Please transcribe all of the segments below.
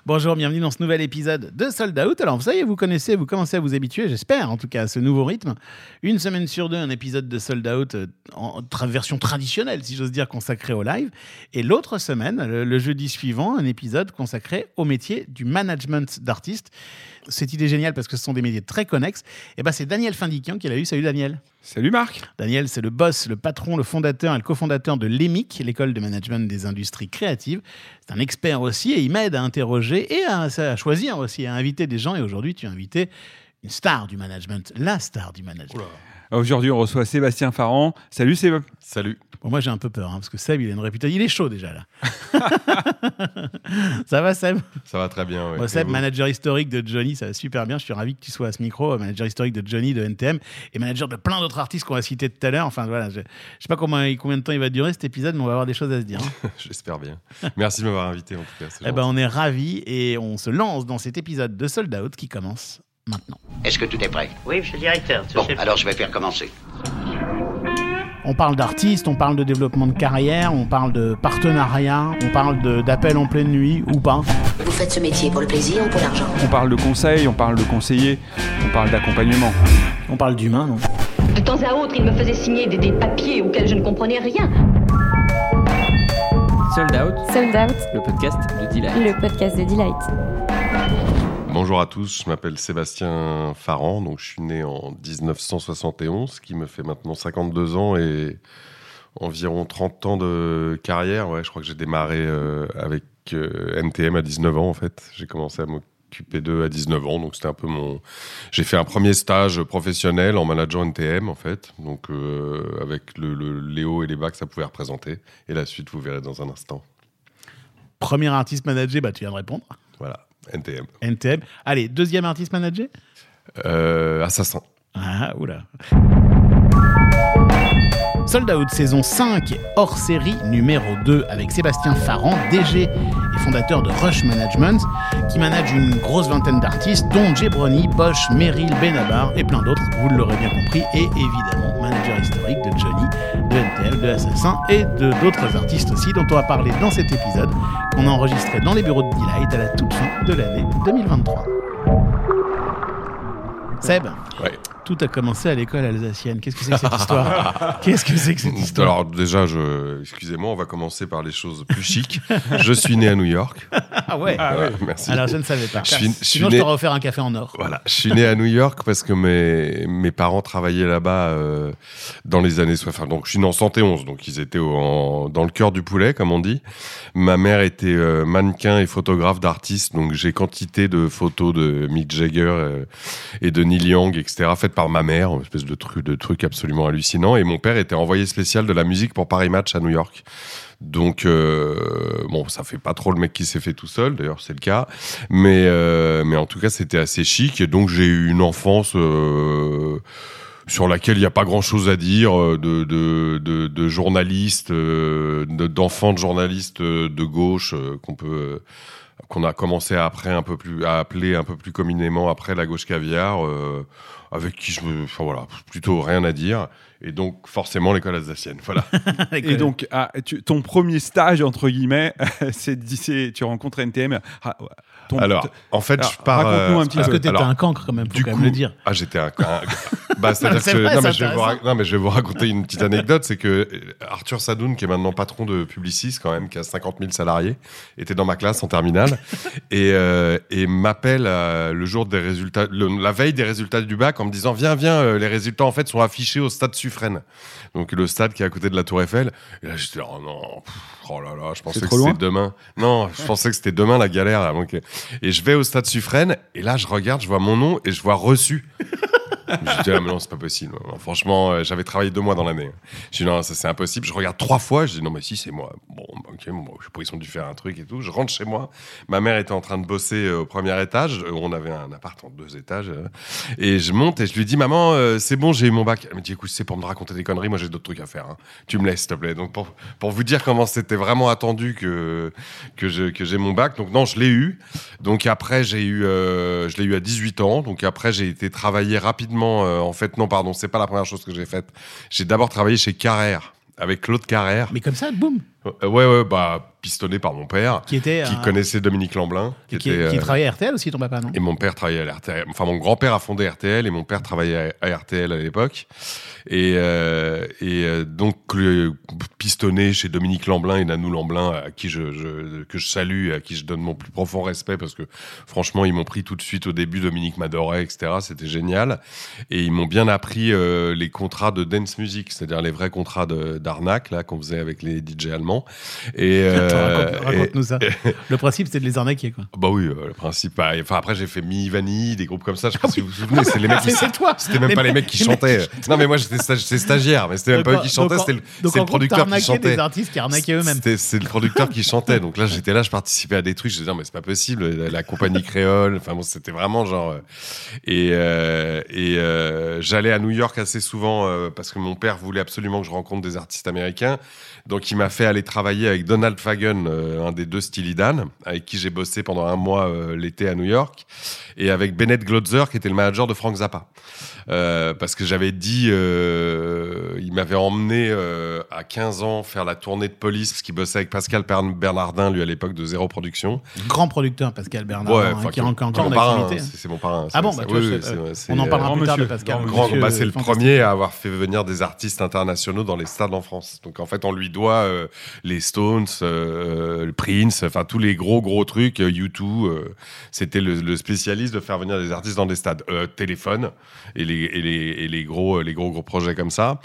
Bonjour, bienvenue dans ce nouvel épisode de Sold Out. Alors, vous savez, vous commencez à vous habituer, j'espère, en tout cas, à ce nouveau rythme. Une semaine sur deux, un épisode de Sold Out en version traditionnelle, si j'ose dire, consacré au live. Et l'autre semaine, le jeudi suivant, un épisode consacré au métier du management d'artistes. Cette idée géniale parce que ce sont des métiers très connexes. Et c'est Daniel Findiquian qui l'a eu. Salut Daniel. Salut Marc. Daniel, c'est le boss, le patron, le fondateur et le cofondateur de l'EMIC, l'école de management des industries créatives. C'est un expert aussi et il m'aide à interroger et à choisir aussi, à inviter des gens. Et aujourd'hui, tu as invité une star du management, la star du management. Oula. Aujourd'hui, on reçoit Sébastien Farand. Salut Seb. Salut. Bon, moi, j'ai un peu peur, parce que Seb, il a une réputation. Il est chaud déjà, là. Ça va, Seb ? Ça va très bien, oui. Bon, Seb, manager historique de Johnny, ça va super bien. Je suis ravi que tu sois à ce micro, manager historique de Johnny, de NTM, et manager de plein d'autres artistes qu'on va citer tout à l'heure. Enfin, voilà, je ne sais pas combien de temps il va durer cet épisode, mais on va avoir des choses à se dire. J'espère bien. Merci de m'avoir invité, en tout cas. On est ravis et on se lance dans cet épisode de Sold Out qui commence maintenant. Est-ce que tout est prêt ? Oui, monsieur le directeur. Bon, alors je vais faire commencer. On parle d'artistes, on parle de développement de carrière, on parle de partenariat, on parle d'appel en pleine nuit ou pas. Vous faites ce métier pour le plaisir ou pour l'argent ? On parle de conseil, on parle de conseiller, on parle d'accompagnement. On parle d'humain, non ? De temps à autre, il me faisait signer des papiers auxquels je ne comprenais rien. Sold Out, le podcast de Delight. Le podcast de Delight. Bonjour à tous, je m'appelle Sébastien Farand, donc je suis né en 1971, ce qui me fait maintenant 52 ans et environ 30 ans de carrière. Ouais, je crois que j'ai démarré avec NTM à 19 ans en fait. J'ai commencé à m'occuper d'eux à 19 ans, donc c'était un peu J'ai fait un premier stage professionnel en manageant NTM en fait, donc avec les hauts et les bas que ça pouvait représenter. Et la suite, vous verrez dans un instant. Premier artiste managé, tu viens de répondre. Voilà. NTM. Allez, deuxième artiste managé ? Assassin. Ah, oula. Sold Out saison 5, hors série numéro 2 avec Sébastien Farand, DG et fondateur de Rush Management, qui manage une grosse vingtaine d'artistes, dont Gebroni, Bosch, Meryl, Benabar et plein d'autres, vous l'aurez bien compris, et évidemment manager historique de Johnny, de NTM, de Assassin et d'autres artistes aussi, dont on va parler dans cet épisode qu'on a enregistré dans les bureaux de Delight à la toute fin de l'année 2023. Seb, ouais. Tout a commencé à l'école alsacienne. Qu'est-ce que c'est que cette histoire ? Alors déjà, excusez-moi, on va commencer par les choses plus chic. Je suis né à New York. Ah ouais. Merci. Alors je ne savais pas. Sinon, je t'aurais offert un café en or. Voilà, je suis né à New York parce que mes parents travaillaient là-bas dans les années 60. Donc je suis né en 71, donc ils étaient dans le cœur du poulet, comme on dit. Ma mère était mannequin et photographe d'artistes, donc j'ai quantité de photos de Mick Jagger et de Neil Young, etc., faites par ma mère, une espèce de truc absolument hallucinant. Et mon père était envoyé spécial de la musique pour Paris Match à New York. Donc, ça fait pas trop le mec qui s'est fait tout seul, d'ailleurs c'est le cas, mais en tout cas c'était assez chic, et donc j'ai eu une enfance sur laquelle il n'y a pas grand-chose à dire, de journalistes, d'enfants de journalistes de gauche qu'on a commencé à appeler un peu plus communément après la gauche caviar, avec qui plutôt rien à dire. Et donc, forcément, l'école alsacienne. Voilà. Et donc, ton premier stage, entre guillemets, tu rencontres NTM. En fait, je pars... Raconte-nous un petit peu. Parce que t'étais un cancre, quand même, faut quand même le dire. Ah, j'étais un cancre. C'est-à-dire c'est que... vrai, mais je vais vous raconter une petite anecdote. C'est que Arthur Sadoun, qui est maintenant patron de Publicis, quand même, qui a 50 000 salariés, était dans ma classe en terminale et m'appelle le jour des résultats, la veille des résultats du bac, en me disant viens, les résultats, en fait, sont affichés au stade Suffren. Donc, le stade qui est à côté de la Tour Eiffel. Et là, j'étais là, oh là là, je pensais que c'était demain. Non, je pensais que c'était demain la galère. Là, donc, et je vais au stade Suffren, et là, je regarde, je vois mon nom, et je vois reçu. Je dis, mais non, c'est pas possible. Non, franchement, j'avais travaillé 2 mois dans l'année. Je dis, non, ça c'est impossible. Je regarde 3 fois, je dis, non, mais si, c'est moi. Bon, ok, je sais pas, ils ont dû faire un truc et tout. Je rentre chez moi. Ma mère était en train de bosser au premier étage. On avait un appart en 2 étages. Et je monte et je lui dis, maman, c'est bon, j'ai eu mon bac. Elle me dit, écoute, c'est pour me raconter des conneries, moi j'ai d'autres trucs à faire. Hein. Tu me laisses, s'il te plaît. Donc, pour vous dire comment c'était vraiment attendu que j'ai mon bac. Donc, non, je l'ai eu. Donc, après, je l'ai eu à 18 ans. Donc, après, j'ai été travailler rapidement. En fait, non, pardon, c'est pas la première chose que j'ai faite. J'ai d'abord travaillé chez Carrère, avec Claude Carrère. Mais comme ça, boum. Ouais, pistonné par mon père, Qui était qui connaissait Dominique Lamblin. qui travaillait à RTL aussi, ton papa, non? Et mon père travaillait à RTL. Enfin, mon grand-père a fondé RTL et mon père travaillait à RTL à l'époque. Et donc, pistonné chez Dominique Lamblin et Nanou Lamblin, à qui que je salue, à qui je donne mon plus profond respect, parce que franchement, ils m'ont pris tout de suite au début. Dominique m'adorait, etc. C'était génial. Et ils m'ont bien appris les contrats de dance music, c'est-à-dire les vrais contrats d'arnaque là qu'on faisait avec les DJ allemands. Et raconte-nous ça. Le principe, c'était de les arnaquer, quoi. Bah oui, le principe. Enfin, après, j'ai fait Mi Vanille, des groupes comme ça. Je sais pas si vous vous souvenez. C'est les mecs qui. C'est toi. C'était même pas les mecs qui chantaient. Non, mais moi, j'étais stagiaire, mais c'était même pas eux qui chantaient. C'est le producteur qui chantait. Des artistes qui arnaquaient eux-mêmes. C'est le producteur qui chantait. Donc là, j'étais là, je participais à des trucs. Je disais non, mais c'est pas possible. La compagnie créole. Enfin bon, c'était vraiment genre. J'allais à New York assez souvent parce que mon père voulait absolument que je rencontre des artistes américains. Donc il m'a fait aller travailler avec Donald Fagen, un des deux Steely Dan, avec qui j'ai bossé pendant un mois l'été à New York, et avec Bennett Glotzer, qui était le manager de Frank Zappa. Parce que j'avais dit, il m'avait emmené à 15 ans faire la tournée de Police, parce qu'il bossait avec Pascal Bernardin, lui à l'époque de Zéro Production. Grand producteur, Pascal Bernardin, qui est encore en activité. C'est mon parrain. Ah bon, on en parlera plus tard de Pascal. C'est le premier à avoir fait venir des artistes internationaux dans les stades en France. Donc en fait, on lui doit les Stones, le Prince, enfin tous les gros trucs, U2. C'était le spécialiste de faire venir des artistes dans des stades. Téléphone et les gros projets comme ça.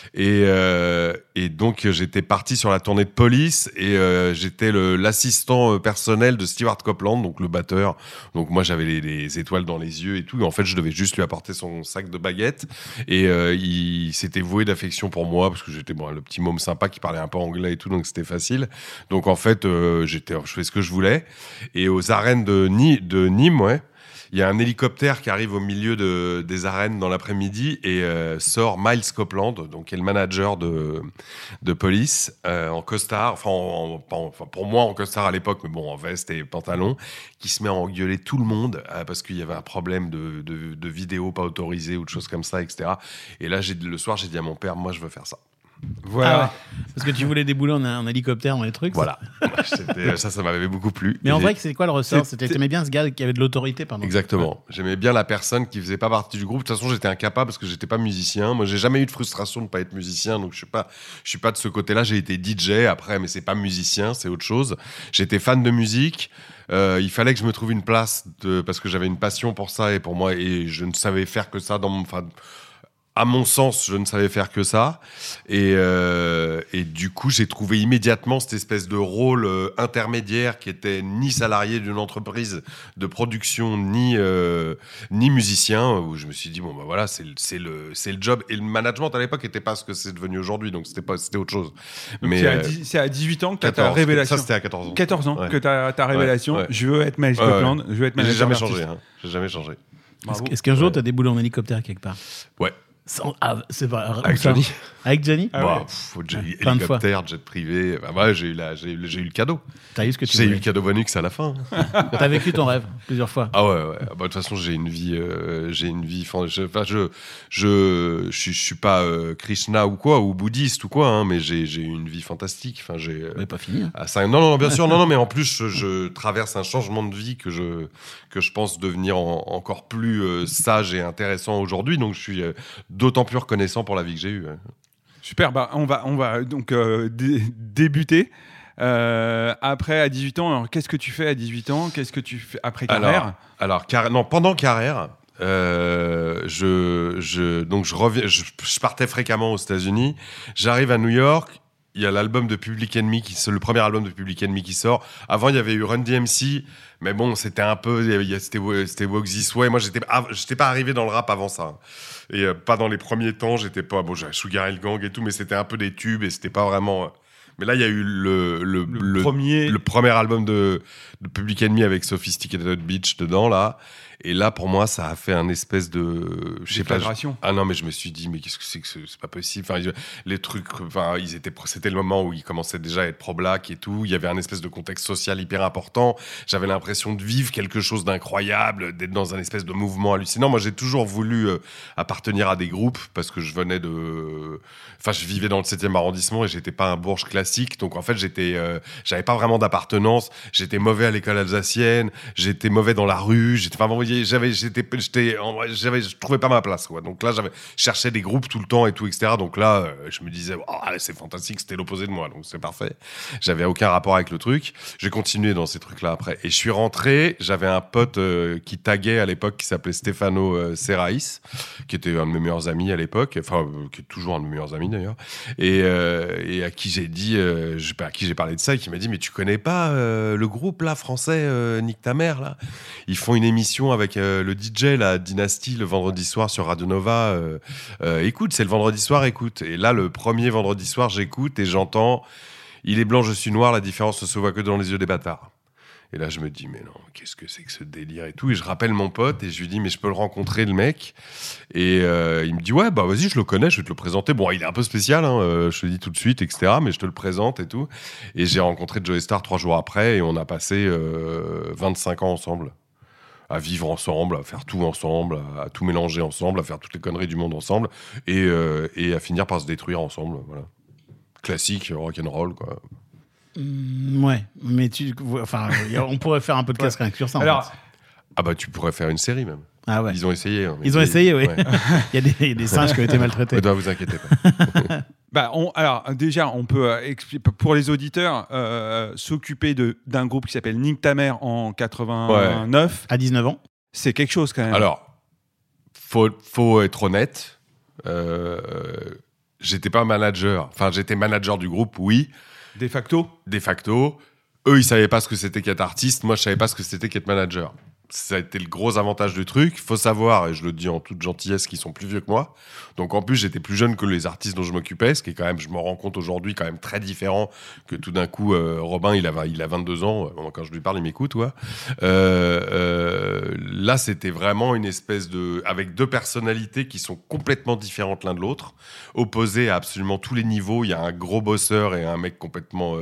Et donc j'étais parti sur la tournée de Police et j'étais l'assistant personnel de Stewart Copeland, donc le batteur. Donc moi j'avais les étoiles dans les yeux et tout. Et en fait je devais juste lui apporter son sac de baguettes et il s'était voué d'affection pour moi parce que j'étais le petit môme sympa qui parlait un peu anglais et tout, donc c'était facile. Donc en fait je fais ce que je voulais. Et aux arènes de Nîmes, ouais. Il y a un hélicoptère qui arrive au milieu des arènes dans l'après-midi et sort Miles Copeland, donc qui est le manager de Police, en costard, enfin pour moi en costard à l'époque, mais bon en veste et pantalon, qui se met à engueuler tout le monde parce qu'il y avait un problème de vidéo pas autorisée ou de choses comme ça, etc. Et là le soir j'ai dit à mon père, moi je veux faire ça. Voilà. Ah ouais. Parce que tu voulais débouler en hélicoptère dans les trucs. Voilà. ça m'avait beaucoup plu. Mais en vrai, c'est quoi le ressort? T'aimais bien ce gars qui avait de l'autorité, pardon. Exactement. J'aimais bien la personne qui faisait pas partie du groupe. De toute façon, j'étais incapable parce que j'étais pas musicien. Moi, j'ai jamais eu de frustration de pas être musicien, donc je suis pas de ce côté-là. J'ai été DJ après, mais c'est pas musicien, c'est autre chose. J'étais fan de musique. Il fallait que je me trouve une place parce que j'avais une passion pour ça et pour moi, et je ne savais faire que ça à mon sens, je ne savais faire que ça. Et du coup, j'ai trouvé immédiatement cette espèce de rôle intermédiaire qui était ni salarié d'une entreprise de production, ni musicien, où je me suis dit, bon, bah voilà, c'est le job. Et le management, à l'époque, n'était pas ce que c'est devenu aujourd'hui, donc c'était autre chose. Donc mais c'est à 18 ans que tu as ta révélation. Ça, c'était à 14 ans. 14 ans ouais. que tu as ta révélation. Ouais. Je veux être Miles Copeland, je veux être manager. J'ai jamais d'artiste. changé. J'ai jamais changé. Est-ce qu'un jour, t'as déboulé en hélicoptère quelque part? Ouais. C'est vrai. Avec Johnny. Avec Johnny? Plein de fois. Hélicoptère, jet privé. Bah, j'ai eu le cadeau. T'as eu ce que tu J'ai voulais. eu le cadeau Vonux à la fin. T'as vécu ton rêve plusieurs fois. Ah ouais. Bah, de toute façon, j'ai une vie. Je suis pas Krishna ou quoi, ou bouddhiste ou quoi, hein, mais j'ai une vie fantastique. Enfin, Mais pas fini. Hein. Non, bien sûr, non, mais en plus, je traverse un changement de vie que je pense devenir encore plus sage et intéressant aujourd'hui. Donc, je suis d'autant plus reconnaissant pour la vie que j'ai eue. Super, bah on va donc débuter. Après, à 18 ans, alors qu'est-ce que tu fais à 18 ans? Qu'est-ce que tu fais après carrière? Pendant carrière, je reviens, je partais fréquemment aux États-Unis. J'arrive à New York. Il y a l'album de Public Enemy le premier album de Public Enemy qui sort. Avant, il y avait eu Run DMC, mais bon, c'était un peu, c'était Walk This Way. Moi, j'étais pas arrivé dans le rap avant ça. Et pas dans les premiers temps, j'avais Sugar Hill Gang et tout, mais c'était un peu des tubes et c'était pas vraiment. Mais là, il y a eu le premier album de Public Enemy avec Sophisticated Bitch dedans, là. Et là, pour moi, ça a fait un espèce de... Ah non, mais je me suis dit, mais qu'est-ce que c'est pas possible. Enfin, les trucs, c'était le moment où ils commençaient déjà à être pro-black et tout. Il y avait un espèce de contexte social hyper important. J'avais l'impression de vivre quelque chose d'incroyable, d'être dans un espèce de mouvement hallucinant. Moi, j'ai toujours voulu appartenir à des groupes parce que je venais de... Enfin, je vivais dans le 7e arrondissement et j'étais pas un bourge classique. classique. Donc en fait, j'avais pas vraiment d'appartenance. J'étais mauvais à l'école alsacienne. J'étais mauvais dans la rue. Je trouvais pas ma place, quoi. Donc là, je cherchais des groupes tout le temps et tout, etc. Donc là, je me disais, c'est fantastique, c'était l'opposé de moi, donc c'est parfait. J'avais aucun rapport avec le truc. J'ai continué dans ces trucs-là après. Et je suis rentré. J'avais un pote qui taguait à l'époque, qui s'appelait Stefano Serrais, qui était un de mes meilleurs amis à l'époque, enfin qui est toujours un de mes meilleurs amis d'ailleurs, et à qui j'ai dit, à qui j'ai parlé de ça, et qui m'a dit, mais tu connais pas le groupe là français, Nique ta mère là, ils font une émission avec le DJ la Dynasty le vendredi soir sur Radio Nova, écoute, c'est le vendredi soir, écoute. Et là, le premier vendredi soir, j'écoute et j'entends, il est blanc, je suis noir, la différence ne se voit que dans les yeux des bâtards. Et là, je me dis, mais non, qu'est-ce que c'est que ce délire et tout. Et je rappelle mon pote et je lui dis, mais je peux le rencontrer, le mec. Et il me dit, ouais, bah vas-y, je le connais, je vais te le présenter. Bon, il est un peu spécial, hein, je te le dis tout de suite, etc. Mais je te le présente et tout. Et j'ai rencontré Joey Starr 3 jours après et on a passé 25 ans ensemble. À vivre ensemble, à faire tout ensemble, à tout mélanger ensemble, à faire toutes les conneries du monde ensemble. Et à finir par se détruire ensemble. Voilà. Classique, rock'n'roll, quoi. Ouais, mais on pourrait faire un podcast rien que sur ça. Alors, en fait. Ah bah tu pourrais faire une série même. Ah ouais. Ils ont essayé. Hein, Ils ont essayé, oui. Ouais. Il y a des singes qui ont été maltraités. Ne vous inquiétez pas. Alors déjà, on peut expliquer pour les auditeurs, s'occuper d'un groupe qui s'appelle Nique ta mère en 89. À 19 ans. C'est quelque chose quand même. Alors, faut être honnête. J'étais pas manager. Enfin, j'étais manager du groupe, oui. De facto. Eux, ils savaient pas ce que c'était qu'être artiste. Moi, je savais pas ce que c'était qu'être manager. Ça a été le gros avantage du truc. Faut savoir, et je le dis en toute gentillesse, qu'ils sont plus vieux que moi. Donc en plus, j'étais plus jeune que les artistes dont je m'occupais, ce qui est quand même, je me rends compte aujourd'hui, quand même très différent que tout d'un coup, Robin, il a 22 ans. Quand je lui parle, il m'écoute, ouais. Là, c'était vraiment une espèce avec deux personnalités qui sont complètement différentes l'un de l'autre, opposées à absolument tous les niveaux. Il y a un gros bosseur et un mec complètement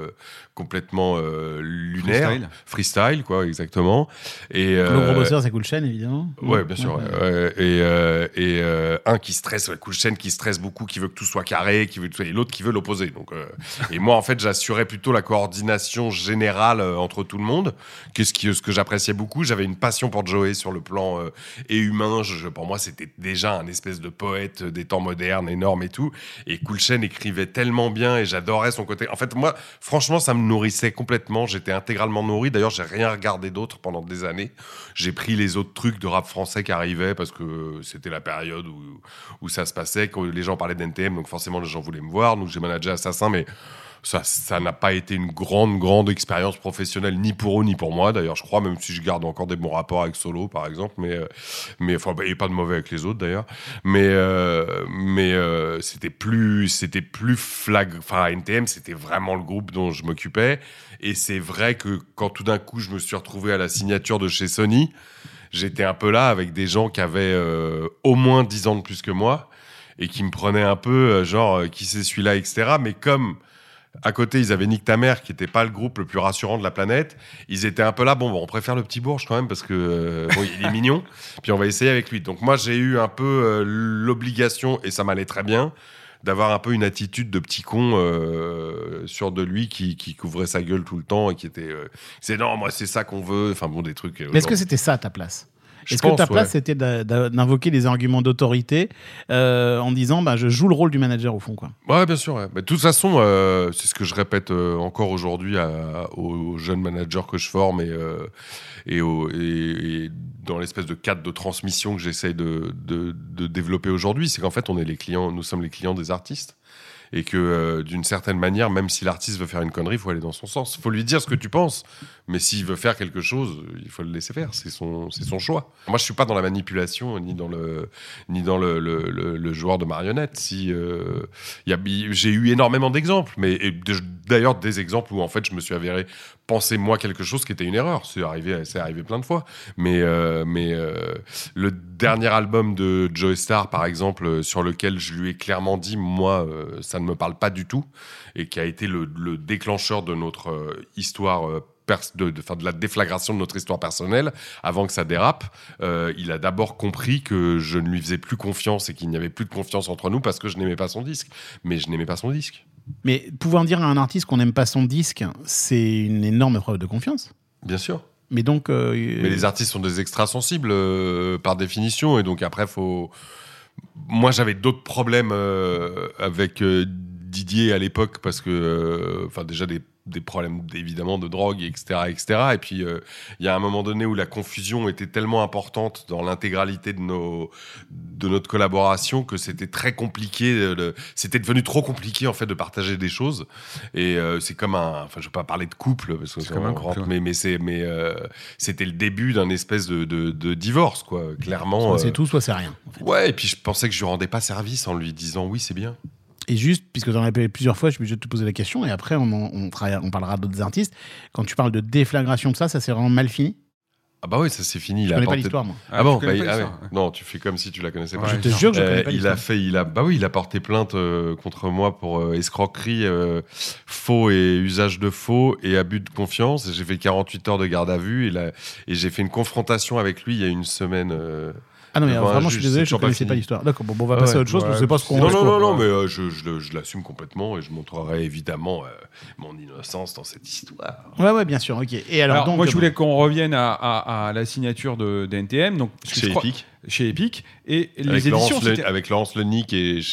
lunaire. Freestyle, quoi, exactement. Et le gros bosseur, c'est Cool Chain, évidemment. Ouais, bien sûr. Et un qui stresse, Cool Chain qui stresse beaucoup, qui veut que tout soit carré, et l'autre qui veut l'opposé. Donc, et moi, en fait, j'assurais plutôt la coordination générale entre tout le monde, ce que j'appréciais beaucoup. J'avais une passion pour Joey sur le plan et humain. Pour moi, c'était déjà un espèce de poète des temps modernes, énorme et tout. Et Cool Chain écrivait tellement bien et j'adorais son côté. En fait, moi, franchement, ça me nourrissait complètement. J'étais intégralement nourri. D'ailleurs, j'ai rien regardé d'autre pendant des années. J'ai pris les autres trucs de rap français qui arrivaient parce que c'était la période où ça se passait, quand les gens parlaient d'NTM, donc forcément les gens voulaient me voir. Donc j'ai managé Assassin, mais ça n'a pas été une grande expérience professionnelle ni pour eux ni pour moi. D'ailleurs, je crois, même si je garde encore des bons rapports avec Solo, par exemple, mais enfin, et pas de mauvais avec les autres d'ailleurs. Mais c'était plus enfin, NTM, c'était vraiment le groupe dont je m'occupais. Et c'est vrai que quand tout d'un coup, je me suis retrouvé à la signature de chez Sony, j'étais un peu là avec des gens qui avaient au moins 10 ans de plus que moi et qui me prenaient un peu, qui c'est celui-là, etc. Mais comme à côté, ils avaient Nique ta mère, qui n'était pas le groupe le plus rassurant de la planète, ils étaient un peu là, on préfère le petit Bourge quand même, parce que il est mignon, puis on va essayer avec lui. Donc moi, j'ai eu un peu l'obligation, et ça m'allait très bien, d'avoir un peu une attitude de petit con sur de lui qui couvrait sa gueule tout le temps et qui était c'est non, moi c'est ça qu'on veut, enfin bon, des trucs. Mais est-ce que c'était ça ta place ? Est-ce que ta place c'était d'invoquer des arguments d'autorité en disant je joue le rôle du manager au fond, quoi. Ouais, bien sûr. Ouais. Mais de toute façon, c'est ce que je répète encore aujourd'hui aux jeunes managers que je forme et dans l'espèce de cadre de transmission que j'essaye de développer aujourd'hui, c'est qu'en fait nous sommes les clients des artistes. Et que d'une certaine manière, même si l'artiste veut faire une connerie, il faut aller dans son sens. Il faut lui dire ce que tu penses. Mais s'il veut faire quelque chose, il faut le laisser faire. C'est son choix. Moi, je ne suis pas dans la manipulation ni dans le joueur de marionnettes. J'ai eu énormément d'exemples. D'ailleurs, des exemples où en fait, je me suis avéré penser moi quelque chose qui était une erreur. C'est arrivé plein de fois. Mais le dernier album de Joey Starr, par exemple, sur lequel je lui ai clairement dit, moi, ça ne me parle pas du tout, et qui a été le déclencheur de notre histoire, de la déflagration de notre histoire personnelle, avant que ça dérape. Il a d'abord compris que je ne lui faisais plus confiance et qu'il n'y avait plus de confiance entre nous parce que je n'aimais pas son disque. Mais je n'aimais pas son disque. Mais pouvoir dire à un artiste qu'on n'aime pas son disque, c'est une énorme preuve de confiance. Bien sûr. Mais donc... Mais les artistes sont des extrasensibles par définition, et donc après, faut... Moi, j'avais d'autres problèmes avec Didier à l'époque, parce que, déjà des problèmes évidemment de drogue, etc. Et puis, il y a un moment donné où la confusion était tellement importante dans l'intégralité de notre collaboration que c'était très compliqué. C'était devenu trop compliqué, en fait, de partager des choses. Et c'est comme je vais pas parler de couple, parce que c'est comme un couple, mais c'était le début d'un espèce de divorce, quoi. Clairement. Soit c'est tout, soit c'est rien. En fait. Ouais, et puis je pensais que je lui rendais pas service en lui disant oui, c'est bien. Et juste, puisque tu en as appelé plusieurs fois, je suis obligé de te poser la question, et après on parlera d'autres artistes. Quand tu parles de déflagration de ça c'est vraiment mal fini? Ah bah oui, ça c'est fini. Je connais pas l'histoire, moi. Ah bon, tu connais pas l'histoire, ouais. Non, tu fais comme si tu la connaissais pas. Je te jure que je connais pas l'histoire. Il a porté plainte contre moi pour escroquerie, faux et usage de faux et abus de confiance. J'ai fait 48 heures de garde à vue et j'ai fait une confrontation avec lui il y a une semaine. Ah non, mais devant un vraiment, je juge, suis désolé, c'est je ne toujours pas connaissais pas fini. l'histoire. D'accord, bon, on va passer à autre chose, parce que c'est pas ce qu'on... Non, mais je l'assume complètement et je montrerai évidemment mon innocence dans cette histoire. Ouais, bien sûr, ok. Et alors donc, moi, je voulais qu'on revienne à la signature de NTM. Donc, chez Epic. Et les éditions... Avec Laurence Leny qui est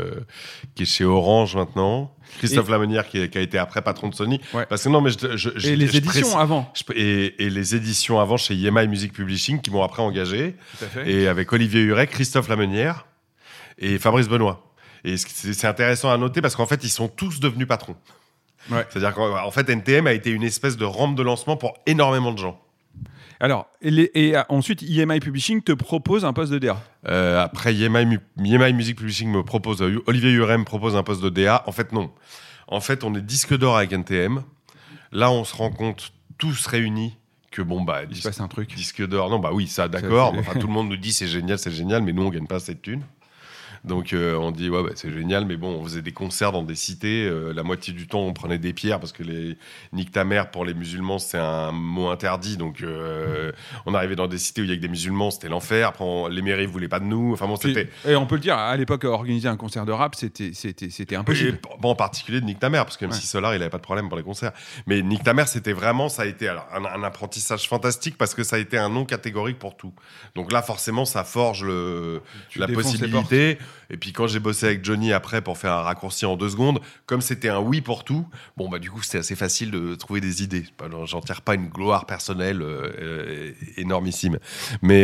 chez Orange maintenant. Christophe Lamenière qui a été après patron de Sony. Ouais. Parce que non, mais et les éditions avant. Et les éditions avant chez EMI Music Publishing qui m'ont après engagé. Tout à fait. Et avec Olivier Huret, Christophe Lamenière et Fabrice Benoît. Et c'est intéressant à noter parce qu'en fait, ils sont tous devenus patrons. Ouais. C'est-à-dire qu'en fait, NTM a été une espèce de rampe de lancement pour énormément de gens. Alors, ensuite, EMI Publishing te propose un poste de DA. Après, EMI Music Publishing me propose, Olivier Huret me propose un poste de DA. En fait, non. En fait, on est disque d'or avec NTM. Là, on se rend compte, tous réunis, que il se passe un truc. Disque d'or, non, bah oui, ça, d'accord. Tout le monde nous dit c'est génial, mais nous, on gagne pas cette thune. Donc on dit ouais c'est génial, mais bon, on faisait des concerts dans des cités, la moitié du temps on prenait des pierres parce que les nique ta mère pour les musulmans c'est un mot interdit, donc on arrivait dans des cités où il y avait que des musulmans, c'était l'enfer. Après les mairies voulaient pas de nous, enfin bon c'était. Et on peut le dire, à l'époque organiser un concert de rap c'était impossible. En particulier de nique ta mère parce que MC Solar il avait pas de problème pour les concerts, mais nique ta mère c'était vraiment, ça a été alors un apprentissage fantastique parce que ça a été un nom catégorique pour tout. Donc là forcément ça forge la possibilité. Et puis quand j'ai bossé avec Johnny après pour faire un raccourci en 2 secondes, comme c'était un oui pour tout, bon bah du coup c'était assez facile de trouver des idées. J'en tire pas une gloire personnelle énormissime. Mais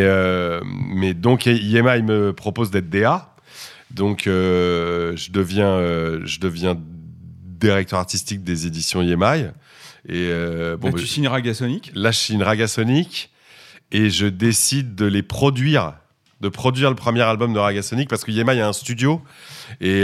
donc EMI me propose d'être DA, donc je deviens directeur artistique des éditions EMI. Et tu signes Ragasonic. Là je signe Ragasonic et je décide de produire le premier album de Ragasonic parce que EMI a un studio et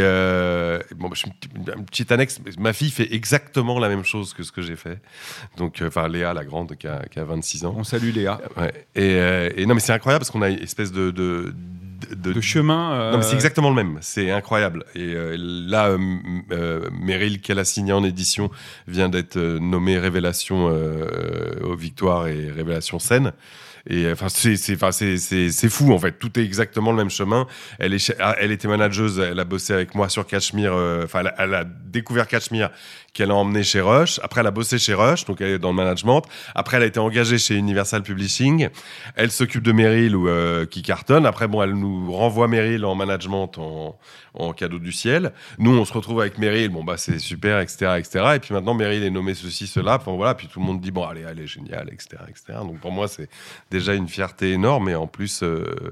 une petite annexe, ma fille fait exactement la même chose que ce que j'ai fait, donc Léa la grande qui a 26 ans. On salue Léa. Ouais. Et non mais c'est incroyable parce qu'on a une espèce de chemin. Non mais c'est exactement le même, c'est incroyable. Et là Meryl qu'elle a signé en édition vient d'être nommée Révélation aux Victoires et Révélation Scène. Et c'est fou en fait, tout est exactement le même chemin. Elle était manageuse, elle a bossé avec moi sur Cachemire, elle a découvert Cachemire qu'elle a emmené chez Rush. Après elle a bossé chez Rush, donc elle est dans le management. Après elle a été engagée chez Universal Publishing. Elle s'occupe de Meryl qui cartonne. Après elle nous renvoie Meryl en management en cadeau du ciel. Nous on se retrouve avec Meryl, c'est super, etc. Et puis maintenant Meryl est nommée ceci, cela. Puis tout le monde dit allez, génial, etc. Donc pour moi c'est déjà une fierté énorme et en plus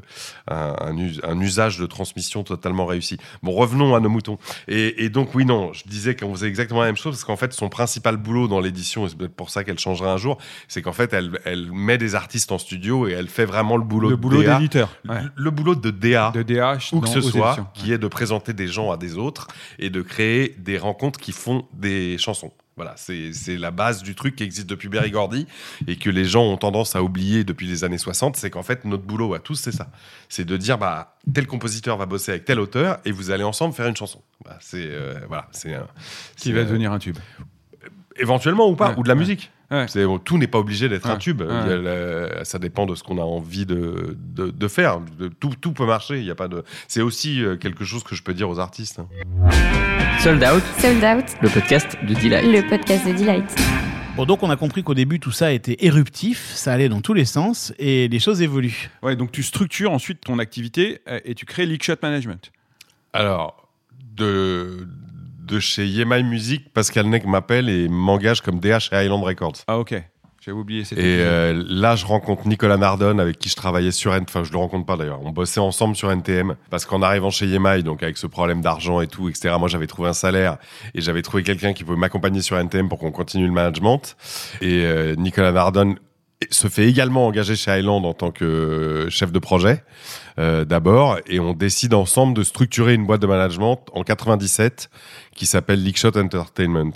un usage de transmission totalement réussi. Bon, revenons à nos moutons. Et donc oui, non, je disais qu'on faisait exactement la même chose parce qu'en fait son principal boulot dans l'édition, et c'est peut-être pour ça qu'elle changera un jour, c'est qu'en fait elle met des artistes en studio et elle fait vraiment le boulot d'éditeur. Le boulot de DA, où que ce soit, éditions, qui est de présenter des gens à des autres et de créer des rencontres qui font des chansons. Voilà, c'est la base du truc qui existe depuis Berry Gordy et que les gens ont tendance à oublier depuis les années 60, c'est qu'en fait, notre boulot à tous, c'est ça. C'est de dire, tel compositeur va bosser avec tel auteur et vous allez ensemble faire une chanson. Qui va devenir un tube. Éventuellement ou pas, ou de la musique. Ouais. Tout n'est pas obligé d'être un Ouais. tube. Ouais. Ça dépend de ce qu'on a envie de faire. Tout peut marcher. Il y a pas de. C'est aussi quelque chose que je peux dire aux artistes. Hein. Sold Out, Sold Out, le podcast de Delight. le podcast de Delight. Bon, donc on a compris qu'au début, tout ça était éruptif, ça allait dans tous les sens, et les choses évoluent. Ouais, donc tu structures ensuite ton activité et tu crées Leakshot Management. Alors, de chez Yemai Music, Pascal Nec m'appelle et m'engage comme DA chez Island Records. Ah ok, j'avais oublié cette Et épisode. là, je rencontre Nicolas Nardone avec qui je travaillais sur enfin, je le rencontre pas d'ailleurs. On bossait ensemble sur NTM parce qu'en arrivant chez Yemai, donc avec ce problème d'argent et tout, etc. Moi, j'avais trouvé un salaire et j'avais trouvé quelqu'un qui pouvait m'accompagner sur NTM pour qu'on continue le management. Et Nicolas Nardone se fait également engager chez Island en tant que chef de projet d'abord, et on décide ensemble de structurer une boîte de management en 97 qui s'appelle Leakshot Entertainment.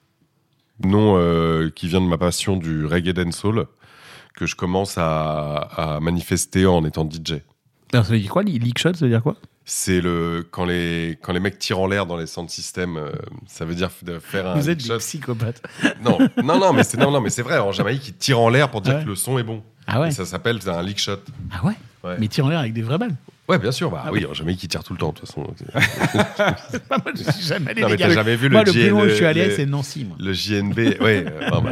Nom qui vient de ma passion du reggae dancehall que je commence à manifester en étant DJ. Alors, ça veut dire quoi, Leakshot, ça veut dire quoi? C'est quand les mecs tirent en l'air dans les sound systems, ça veut dire de faire un Vous êtes des leakshot. psychopathes. Non, mais c'est vrai. En Jamaïque, ils tirent en l'air pour dire Ouais. que le son est bon. Ah ouais? Et ça s'appelle un leak shot. Ah ouais? Ouais. Mais tire en l'air avec des vraies balles. Ouais, bien sûr. Bah Ah oui, en Jamaïque, ils tirent tout le temps de toute façon. Moi, je suis jamais allé, Non, les mais gars. t'as jamais vu Moi, le le plus loin où je suis allé, le- c'est Nancy, moi. Le JNB, ouais.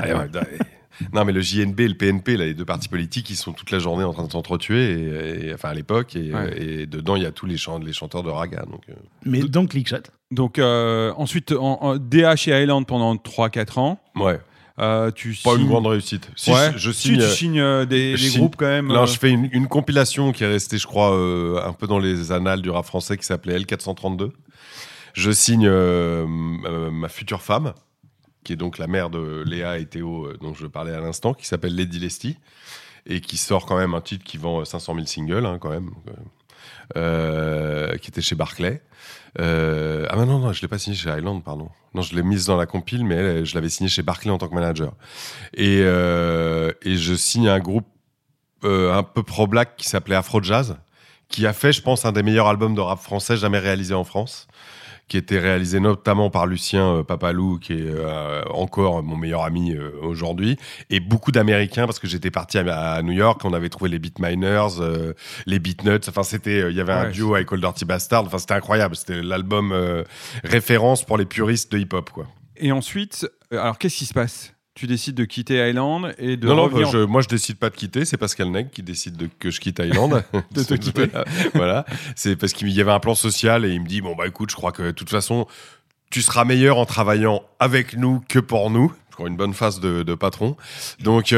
Non, mais le JNB et le PNP, là, les deux partis politiques, ils sont toute la journée en train de s'entretuer, enfin à l'époque, et dedans, il y a tous les chanteurs de raga. Donc, Mais donc, Leakshot. Donc ensuite, en DA chez Island pendant 3-4 ans. ouais, Tu pas signes... une grande réussite. Si, Ouais. je Si, signe. tu signes des je signe- groupes quand même. Là, je fais une compilation qui est restée, je crois, un peu dans les annales du rap français, qui s'appelait L432. Je signe ma future femme, qui est donc la mère de Léa et Théo, dont je parlais à l'instant, qui s'appelle Lady Lesty, et qui sort quand même un titre qui vend 500 000 singles, hein, quand même, qui était chez Barclay. Ah non, je l'ai pas signé chez Island, pardon. Non, je l'ai mise dans la compile, mais elle, je l'avais signé chez Barclay en tant que manager. Et je signe un groupe un peu pro-black qui s'appelait Afro Jazz, qui a fait, je pense, un des meilleurs albums de rap français jamais réalisé en France, qui était réalisé notamment par Lucien Papalou, qui est encore mon meilleur ami aujourd'hui, et beaucoup d'Américains, parce que j'étais parti à New York, on avait trouvé les Beatminers, les Beatnuts, enfin il y avait un duo avec Old Dirty Bastard, enfin c'était incroyable, c'était l'album référence pour les puristes de hip-hop, quoi. Et ensuite, alors qu'est-ce qui se passe? Tu décides de quitter Island et de Non, revenir... moi je décide pas de quitter, c'est Pascal Nec qui décide que je quitte Island. De te quitter. Voilà, c'est parce qu'il y avait un plan social et il me dit bon bah écoute, je crois que de toute façon tu seras meilleur en travaillant avec nous que pour nous. Encore une bonne phase de patron. Donc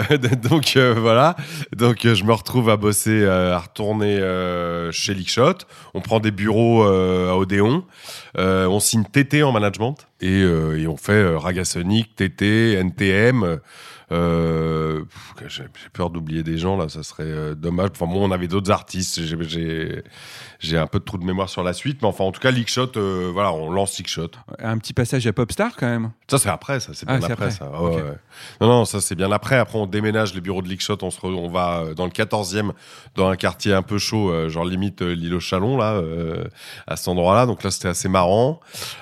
voilà. Donc je me retrouve à bosser, à retourner chez Leakshot. On prend des bureaux à Odéon. On signe TT en management et on fait Raga Sonic, TT, NTM. J'ai peur d'oublier des gens là, ça serait dommage. Enfin moi, on avait d'autres artistes. J'ai un peu de trou de mémoire sur la suite, mais enfin en tout cas Leakshot, voilà, on lance Leakshot. Un petit passage à Popstar quand même. Ça c'est après, ça c'est bien c'est après, après. ça. Ok. Ouais. Non, ça c'est bien après. Après on déménage les bureaux de Leakshot, on va dans le 14e, dans un quartier un peu chaud, genre limite l'île au Chalon là, à cet endroit-là. Donc là c'était assez marrant.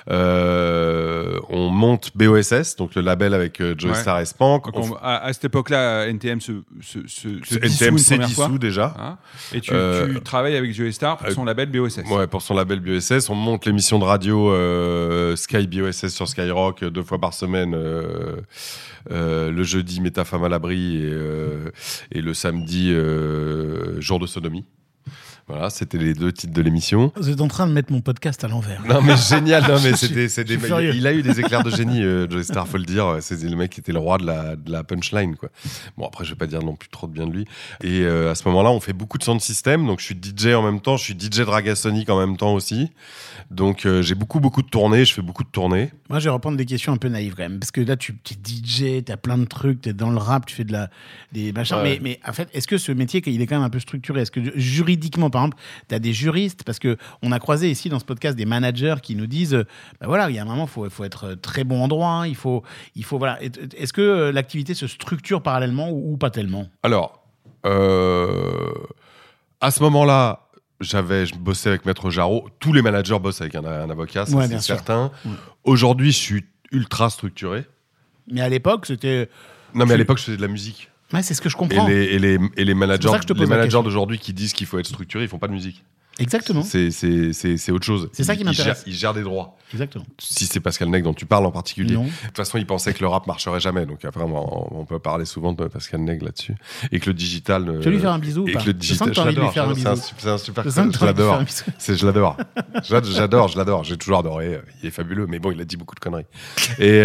On monte BOSS, donc le label avec Joey Star et Spank. Donc à cette époque-là, NTM se dissout NTM une s'est première fois. dissous déjà. Hein, et tu travailles avec Joey Star pour son label BOSS. Ouais, pour son label BOSS. On monte l'émission de radio Sky BOSS sur Skyrock 2 fois par semaine. Le jeudi, Mets ta femme à l'abri et le samedi, Jour de sodomie. Voilà, c'était les deux titres de l'émission. Vous êtes en train de mettre mon podcast à l'envers. Non mais génial, non mais Je suis furieux. il a eu des éclairs de génie, Joey Star, faut le dire. C'est le mec qui était le roi de la punchline, quoi. Bon après je vais pas dire non plus trop de bien de lui. Et à ce moment-là, on fait beaucoup de sound system, donc je suis DJ en même temps, je suis DJ de Raga Sonic en même temps aussi. Donc j'ai beaucoup de tournées, je fais beaucoup de tournées. Moi, je vais reprendre des questions un peu naïves quand même. Parce que là, tu es DJ, tu as plein de trucs, tu es dans le rap, tu fais des machins. Ouais. Mais en fait, est-ce que ce métier, il est quand même un peu structuré? Est-ce que juridiquement, par exemple, tu as des juristes? Parce qu'on a croisé ici dans ce podcast des managers qui nous disent bah voilà, il y a un moment, il faut être très bon en droit. Il faut voilà. Est-ce que l'activité se structure parallèlement ou pas tellement? Alors, à ce moment-là, je bossais avec Maître Jarreau. Tous les managers bossent avec un avocat, ça, Ouais, c'est bien sûr. certain. Ouais. Aujourd'hui, je suis ultra structuré. Mais à l'époque, c'était Non, mais à l'époque, je faisais de la musique. Ouais, c'est ce que je comprends. Et les C'est managers, pour ça que je te pose la question. d'aujourd'hui qui disent qu'il faut être structuré, ils font pas de musique. Exactement. C'est autre chose. C'est ça qui m'intéresse. Ils gèrent des droits. Exactement. Si c'est Pascal Nègre dont tu parles en particulier. Non. De toute façon, il pensait que le rap marcherait jamais. Donc après, on peut parler souvent de Pascal Nègre là-dessus. Et que le digital. Tu veux lui faire un bisou ou et pas? que le Je sens digital. que t'as envie de lui faire un bisou. C'est un super. Je sens que Je t'as envie de lui faire l'adore. un bisou. Je l'adore. J'ai toujours adoré. Il est fabuleux. Mais bon, il a dit beaucoup de conneries. Et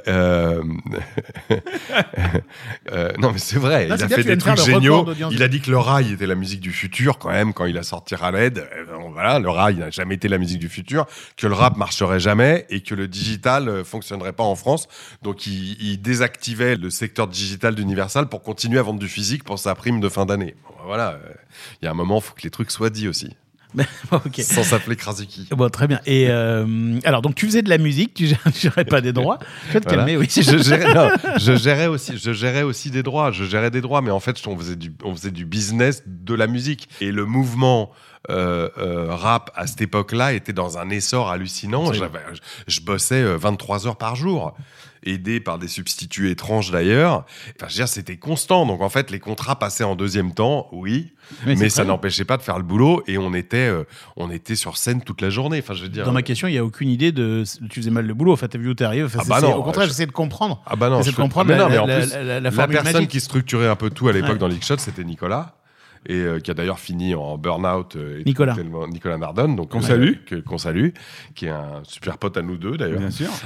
non, mais c'est vrai. Non, Il c'est a bien, fait tu viens des de faire trucs le record géniaux. d'audience. Il a dit que le rail était la musique du futur quand même quand il a sorti Raled. Voilà, le rail n'a jamais été la musique du futur. Que le rap marcherait jamais et que le digital fonctionnerait pas en France. Donc il désactivait le secteur digital d'Universal pour continuer à vendre du physique pour sa prime de fin d'année. Bon, voilà, il y a un moment, il faut que les trucs soient dits aussi. Ok. Sans s'appeler Krasuki. Bon, très bien. Et alors, donc tu faisais de la musique, tu gérais pas des droits. Je vais te Voilà. calmer, oui. Je gérais aussi des droits. Je gérais des droits, mais en fait, on faisait du business de la musique. Et le mouvement rap à cette époque-là était dans un essor hallucinant. Je bossais 23 heures par jour, aidé par des substituts étranges d'ailleurs. Enfin, je veux dire, c'était constant. Donc en fait, les contrats passaient en deuxième temps, oui, mais ça n'empêchait pas de faire le boulot. Et on était sur scène toute la journée. Enfin, je veux dire. Dans ma question, il n'y a aucune idée de tu faisais mal le boulot. Enfin, t'as vu où t'es arrivé. Enfin, non, au contraire, j'essaie de comprendre. Ah bah non, j'essaie de comprendre mais en la plus, formule la personne magique. qui structurait un peu tout à l'époque Ouais. dans Lickshot, c'était Nicolas. Et qui a d'ailleurs fini en burn-out. Nicolas Nardone, donc Qu'on salue. qu'on salue, qui est un super pote à nous deux d'ailleurs, Bien sûr.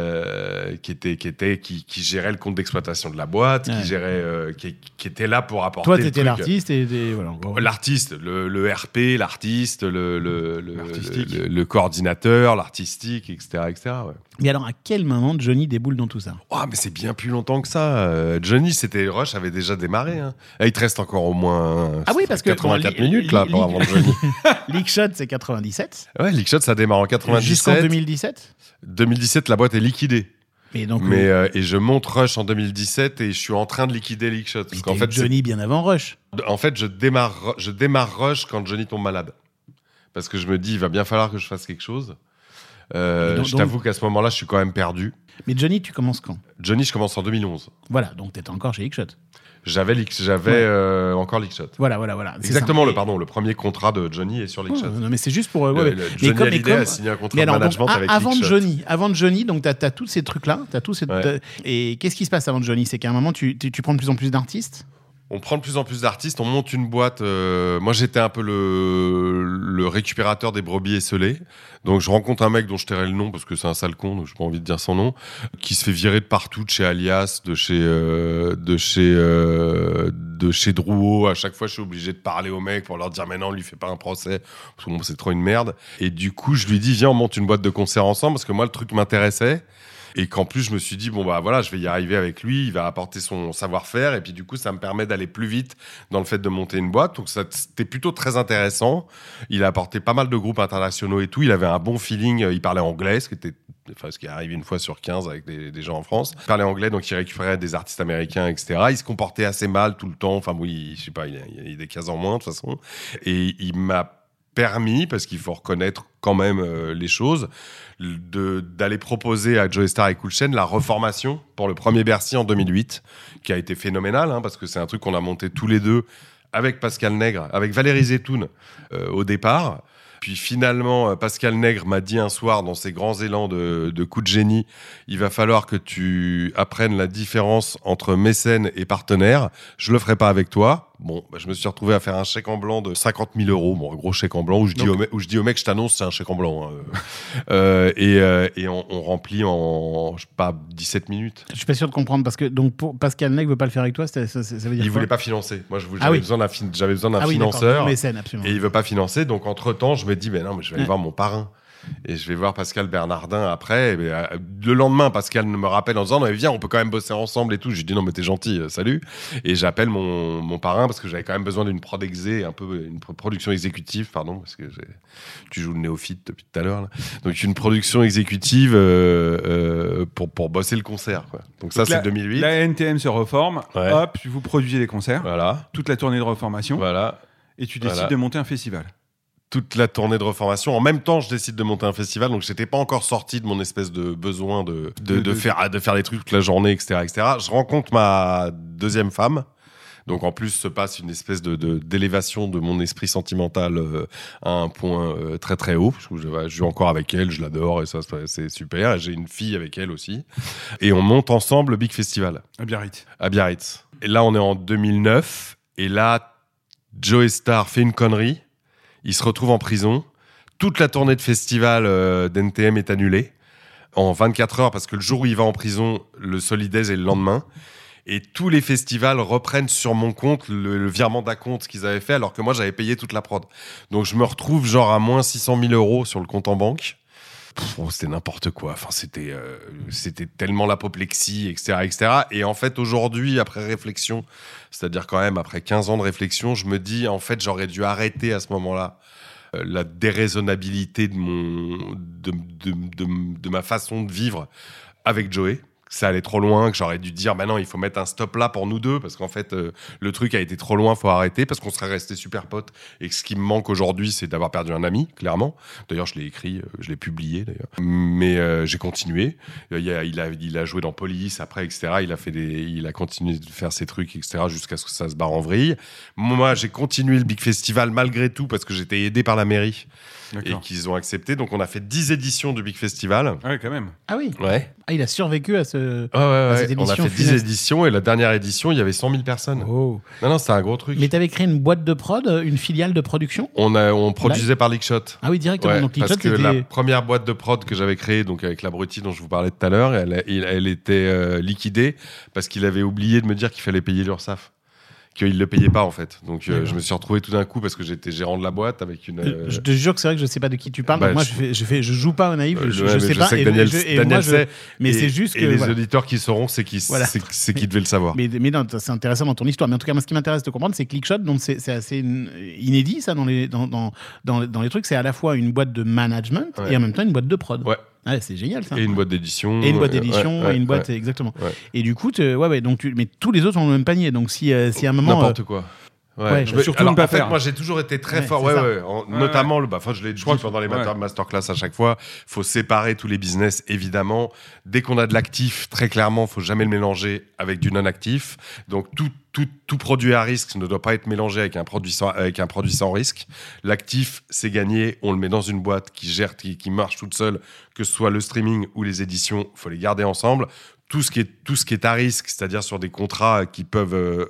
qui gérait le compte d'exploitation de la boîte, Ouais. qui gérait, qui était là pour apporter. Toi, le t'étais truc. l'artiste et voilà. L'artiste, le RP, l'artiste, L'artistique. le coordinateur, l'artistique, etc. Ouais. Mais alors, à quel moment Johnny déboule dans tout ça? Oh, mais c'est bien plus longtemps que ça. Johnny, Rush avait déjà démarré. Hein. Là, il te reste encore au moins Ah oui, parce que 84 bon, minutes là pour avant Johnny. Lickshot, c'est 97. Ouais, Lickshot, ça démarre en 97. Jusqu'en 2017. 2017, la boîte est liquidée. Mais donc, Et je monte Rush en 2017 et je suis en train de liquider Lickshot. Parce qu'en fait, Johnny bien avant Rush. je démarre Rush quand Johnny tombe malade. Parce que je me dis, il va bien falloir que je fasse quelque chose. Je t'avoue qu'à ce moment-là, je suis quand même perdu. Mais Johnny, tu commences quand? Johnny, je commence en 2011. Voilà, donc t'étais encore chez Lickshot. J'avais encore Lickshot. Voilà. C'est Exactement, ça. le premier contrat de Johnny est sur Lickshot. Non, mais c'est juste pour. Johnny Hallyday a signé un contrat de management avec avant Lickshot. Avant de Johnny, donc t'as tous ces trucs-là, et qu'est-ce qui se passe avant de Johnny? C'est qu'à un moment, tu prends de plus en plus d'artistes. On prend de plus en plus d'artistes, on monte une boîte. Moi, j'étais un peu le récupérateur des brebis esselées. Donc, je rencontre un mec dont je tairai le nom parce que c'est un sale con, donc j'ai pas envie de dire son nom, qui se fait virer de partout, de chez Alias, de chez Drouot. À chaque fois, je suis obligé de parler aux mecs pour leur dire mais non, lui fait pas un procès parce que bon, c'est trop une merde. Et du coup, je lui dis viens, on monte une boîte de concert ensemble parce que moi, le truc m'intéressait. Et qu'en plus, je me suis dit, bon, bah voilà, je vais y arriver avec lui, il va apporter son savoir-faire, et puis du coup, ça me permet d'aller plus vite dans le fait de monter une boîte. Donc, c'était plutôt très intéressant. Il a apporté pas mal de groupes internationaux et tout. Il avait un bon feeling, il parlait anglais, ce qui est arrivé une fois sur 15 avec des gens en France. Il parlait anglais, donc il récupérait des artistes américains, etc. Il se comportait assez mal tout le temps. Enfin, oui, je sais pas, il y a des cases en moins, de toute façon. Et il m'a permis, parce qu'il faut reconnaître quand même les choses, d'aller proposer à Joey Starr et Cool Chain la reformation pour le premier Bercy en 2008, qui a été phénoménal, hein, parce que c'est un truc qu'on a monté tous les deux avec Pascal Nègre, avec Valérie Zetoun au départ. Puis finalement, Pascal Nègre m'a dit un soir, dans ses grands élans de coup de génie, il va falloir que tu apprennes la différence entre mécène et partenaire. Je le ferai pas avec toi. Bon, je me suis retrouvé à faire un chèque en blanc de 50 000 €. Bon, un gros chèque en blanc où je dis au mec, je t'annonce, c'est un chèque en blanc. Hein. Et on remplit en, je sais pas, 17 minutes. Je suis pas sûr de comprendre parce que donc pour Pascal Nègre veut pas le faire avec toi, ça veut dire Il quoi? voulait pas financer. Moi, j'avais Ah oui. besoin d'un Ah oui, financeur. d'accord, mécène, absolument. Et il veut pas financer. Donc, entre-temps, je me dis, mais non, mais je vais aller voir mon parrain. Et je vais voir Pascal Bernardin après. Et le lendemain, Pascal me rappelle en disant non, mais viens, on peut quand même bosser ensemble et tout. Je lui dis non, mais t'es gentil, salut. Et j'appelle mon parrain parce que j'avais quand même besoin d'une prod exé, un peu une production exécutive, pardon, parce que tu joues le néophyte depuis tout à l'heure. Là. Donc une production exécutive pour bosser le concert. Quoi. Donc ça, c'est 2008. La NTM se reforme. Ouais. Hop, vous produisez les concerts. Voilà. Toute la tournée de reformation. Voilà. Et tu décides Voilà. de monter un festival. toute la tournée de reformation. En même temps, je décide de monter un festival, donc j'étais pas encore sorti de mon espèce de besoin de faire des trucs toute la journée, etc., etc. Je rencontre ma deuxième femme. Donc en plus se passe une espèce d'élévation de mon esprit sentimental à un point très très haut. Je joue encore avec elle, je l'adore et ça c'est super. Et j'ai une fille avec elle aussi. Et on monte ensemble le Big Festival. À Biarritz. À Biarritz. Et là on est en 2009 et là Joey Starr fait une connerie. Il se retrouve en prison. Toute la tournée de festival d'NTM est annulée en 24 heures parce que le jour où il va en prison, le Solidays est le lendemain. Et tous les festivals reprennent sur mon compte le virement d'acompte qu'ils avaient fait alors que moi j'avais payé toute la prod. Donc je me retrouve genre à moins 600 000 € sur le compte en banque. C'était n'importe quoi. Enfin, c'était tellement l'apoplexie, etc., etc. Et en fait, aujourd'hui, après réflexion, c'est-à-dire quand même après 15 ans de réflexion, je me dis, en fait, j'aurais dû arrêter à ce moment-là la déraisonnabilité de ma façon de vivre avec Joey. Ça allait trop loin, que j'aurais dû dire non, il faut mettre un stop là pour nous deux parce qu'en fait le truc a été trop loin, faut arrêter parce qu'on serait restés super potes et que ce qui me manque aujourd'hui c'est d'avoir perdu un ami, clairement. D'ailleurs je l'ai écrit, je l'ai publié d'ailleurs, mais j'ai continué. Il a joué dans Police après, etc. Il a continué de faire ses trucs, etc. jusqu'à ce que ça se barre en vrille. Moi j'ai continué le Big Festival malgré tout parce que j'étais aidé par la mairie. D'accord. Et qu'ils ont accepté. Donc on a fait 10 éditions du Big Festival. Ouais, quand même. Ah oui. Ouais. Ah, il a survécu à cette On a fait 10 funeste. éditions et la dernière édition, il y avait 100 000 personnes. Oh. Non, c'était un gros truc. Mais t'avais créé une boîte de prod, une filiale de production ? On produisait par Lickshot. Ah oui, directement. Ouais, donc parce Lickshot, que c'était... la première boîte de prod que j'avais créée, donc avec l'abruti dont je vous parlais tout à l'heure, elle était liquidée parce qu'il avait oublié de me dire qu'il fallait payer l'URSSAF. Qu'il ne le payait pas en fait. Donc je me suis retrouvé tout d'un coup parce que j'étais gérant de la boîte avec une. Je te jure que c'est vrai que je sais pas de qui tu parles. Bah, donc moi je joue pas au naïf. Je sais pas. Que Daniel sait. Mais c'est juste que et les voilà. auditeurs qui sauront, c'est qui devaient le savoir. Mais non, c'est intéressant dans ton histoire. Mais en tout cas, moi, ce qui m'intéresse de comprendre, c'est que Lickshot, donc c'est assez inédit ça dans les trucs. C'est à la fois une boîte de management et en même temps une boîte de prod. Ouais. Ouais, c'est génial ça. Et une boîte d'édition. Et une boîte d'édition, et une boîte, exactement. Ouais. Et du coup, donc mais tous les autres sont dans le même panier. Donc si à un moment. N'importe quoi. Ouais, surtout ne pas en fait, faire. moi j'ai toujours été très Ouais, fort. c'est ça. Notamment, je l'ai dit pendant les masterclass à chaque fois. Faut séparer tous les business, évidemment. Dès qu'on a de l'actif, très clairement, faut jamais le mélanger avec du non-actif. Donc tout produit à risque ne doit pas être mélangé avec un produit sans risque. L'actif, c'est gagné. On le met dans une boîte qui gère, qui marche toute seule, que ce soit le streaming ou les éditions. Faut les garder ensemble. Tout ce qui est à risque, c'est-à-dire sur des contrats qui peuvent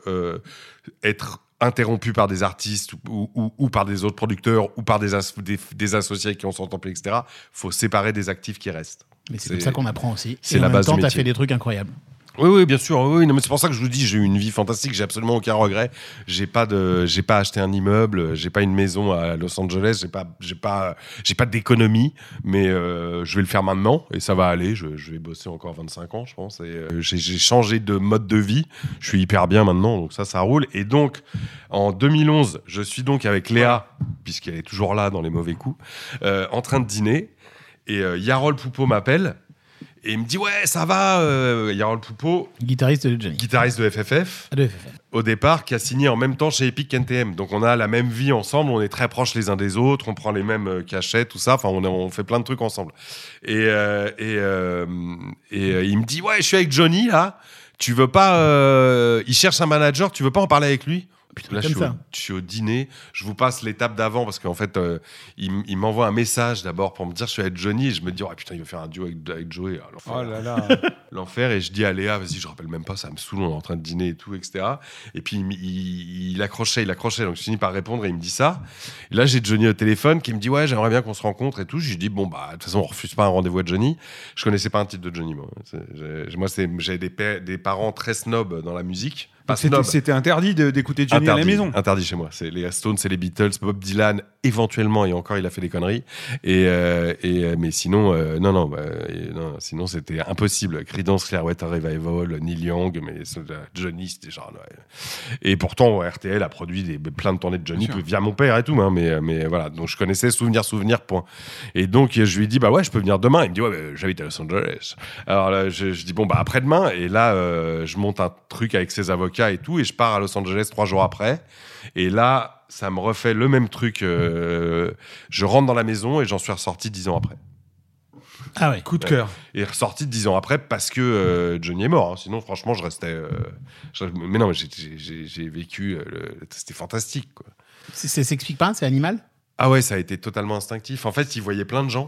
être interrompu par des artistes ou par des autres producteurs ou par des associés qui ont son temple, etc. Il faut séparer des actifs qui restent. Mais c'est comme ça qu'on apprend aussi. C'est et la en même base temps, du t'as métier. fait des trucs incroyables. Oui, bien sûr. Oui, non, mais c'est pour ça que je vous dis, j'ai eu une vie fantastique. J'ai absolument aucun regret. J'ai pas acheté un immeuble. J'ai pas une maison à Los Angeles. J'ai pas d'économie. Mais je vais le faire maintenant et ça va aller. Je vais bosser encore 25 ans, je pense. Et j'ai changé de mode de vie. Je suis hyper bien maintenant, donc ça roule. Et donc, en 2011, je suis donc avec Léa, puisqu'elle est toujours là dans les mauvais coups, en train de dîner. Et Yarol Poupeau m'appelle. Et il me dit, ouais, ça va, Yarol Poupeau, Guitariste de Johnny. guitariste de FFF, Ah, de FFF. au départ, qui a signé en même temps chez Epic NTM. Donc on a la même vie ensemble, on est très proches les uns des autres, on prend les mêmes cachets, tout ça, enfin on fait plein de trucs ensemble. Et il me dit, ouais, je suis avec Johnny là, tu veux pas... il cherche un manager, tu veux pas en parler avec lui ? Putain, Là, comme ça. je suis au dîner, je vous passe l'étape d'avant parce qu'en fait, il m'envoie un message d'abord pour me dire je suis avec Johnny et je me dis, oh putain, il va faire un duo avec Joey. L'enfer. Oh là là. L'enfer. Et je dis à Léa, vas-y, je rappelle même pas, ça me saoule, on est en train de dîner et tout, etc. Et puis il accrochait. Donc je finis par répondre et il me dit ça. Et là, j'ai Johnny au téléphone qui me dit, ouais, j'aimerais bien qu'on se rencontre et tout. Je lui dis, bon, bah, de toute façon, on refuse pas un rendez-vous à Johnny. Je connaissais pas un titre de Johnny, moi. J'avais des parents très snobs dans la musique. C'était interdit d'écouter Johnny à la maison. Interdit chez moi. C'est les Stones, c'est les Beatles, Bob Dylan, éventuellement, et encore, il a fait des conneries. Mais sinon, non, sinon, c'était impossible. Creedence Clearwater Revival, Neil Young, mais Johnny, c'était genre... Ouais. Et pourtant, RTL a produit plein de tournées de Johnny via mon père et tout, hein, mais voilà. Donc, je connaissais Souvenir, point. Et donc, je lui ai dit, bah ouais, je peux venir demain. Il me dit, ouais, j'habite à Los Angeles. Alors là, je dis, bon, bah après-demain. Et là, je monte un truc avec ses avocats et tout, et je pars à Los Angeles 3 jours après. Et là, ça me refait le même truc. Je rentre dans la maison et j'en suis ressorti 10 ans après. Ah ouais. Coup de cœur. Et ressorti 10 ans après parce que Johnny est mort. Hein. Sinon, franchement, je restais. Mais non, j'ai vécu. C'était fantastique, quoi. Ça s'explique pas, c'est animal? Ah ouais, ça a été totalement instinctif. En fait, il voyait plein de gens,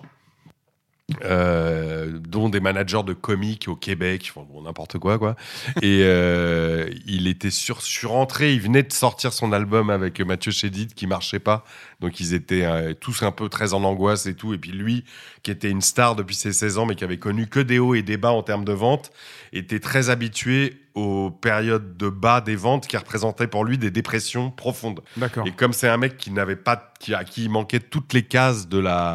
dont des managers de comiques au Québec, enfin, bon, n'importe quoi. Et il était surentré. Il venait de sortir son album avec Mathieu Chédid qui marchait pas. Donc ils étaient tous un peu très en angoisse et tout. Et puis lui, qui était une star depuis ses 16 ans, mais qui avait connu que des hauts et des bas en termes de vente, était très habitué aux périodes de bas des ventes qui représentaient pour lui des dépressions profondes. D'accord. Et comme c'est un mec qui n'avait pas, à qui il manquait toutes les cases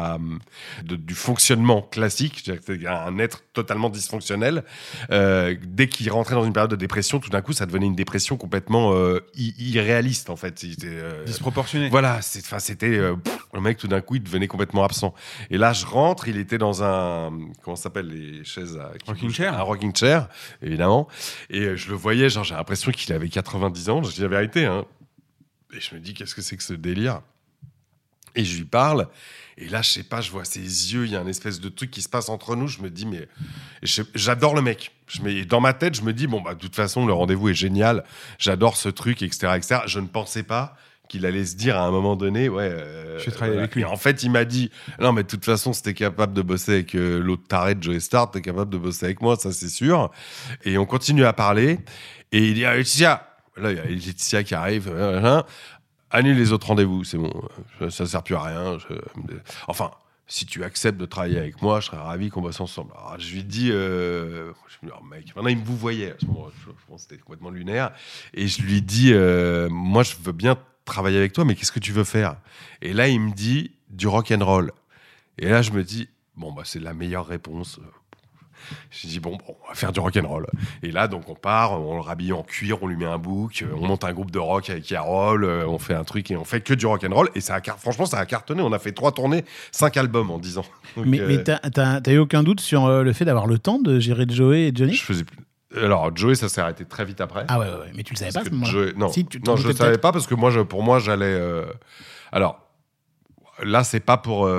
du fonctionnement classique, c'est-à-dire que c'était un être totalement dysfonctionnel, dès qu'il rentrait dans une période de dépression, tout d'un coup, ça devenait une dépression complètement irréaliste, en fait. Disproportionné. Voilà, c'était le mec, tout d'un coup, il devenait complètement absent. Et là, je rentre, il était dans un, comment ça s'appelle, les chaises Rocking chair. Un rocking chair, évidemment. Et je le voyais, genre, j'ai l'impression qu'il avait 90 ans, je dis la vérité, hein. Et je me dis, qu'est-ce que c'est que ce délire? Et je lui parle, et là, je sais pas, je vois ses yeux, il y a un espèce de truc qui se passe entre nous, je me dis, mais... J'adore le mec. Dans ma tête, je me dis, bon, bah, de toute façon, le rendez-vous est génial, j'adore ce truc, etc., etc. Je ne pensais pas qu'il allait se dire à un moment donné, ouais... je vais travailler avec lui. Et en fait, il m'a dit, non, mais de toute façon, si t'es capable de bosser avec l'autre taré de Joey Star, t'es capable de bosser avec moi, ça c'est sûr. Et on continue à parler, et il dit, Laetitia, là, il y a Laetitia qui arrive, annule les autres rendez-vous, c'est bon, ça sert plus à rien. Enfin, si tu acceptes de travailler avec moi, je serais ravi qu'on bosse ensemble. Alors, je lui dis, mec, maintenant il me vous voyait, à ce moment-là, je pense que c'était complètement lunaire, et je lui dis, moi je veux bien travailler avec toi, mais qu'est-ce que tu veux faire? Et là, il me dit du rock and roll. Et là, je me dis, bon, bah, c'est la meilleure réponse. Je dis, bon, on va faire du rock and roll. Et là, donc, on part, on le rhabille en cuir, on lui met un bouc, on monte un groupe de rock avec Yarol, on fait un truc et on fait que du rock and roll. Et franchement, ça a cartonné. On a fait 3 tournées, 5 albums en 10 ans. Donc, mais t'as eu aucun doute sur le fait d'avoir le temps de gérer Joey et Johnny? Je faisais plus. Alors, Joey, ça s'est arrêté très vite après. Ah ouais, mais tu le savais pas à ce moment-là? Non, si, non, je le savais pas parce que pour moi, j'allais. Alors, là, c'est pas pour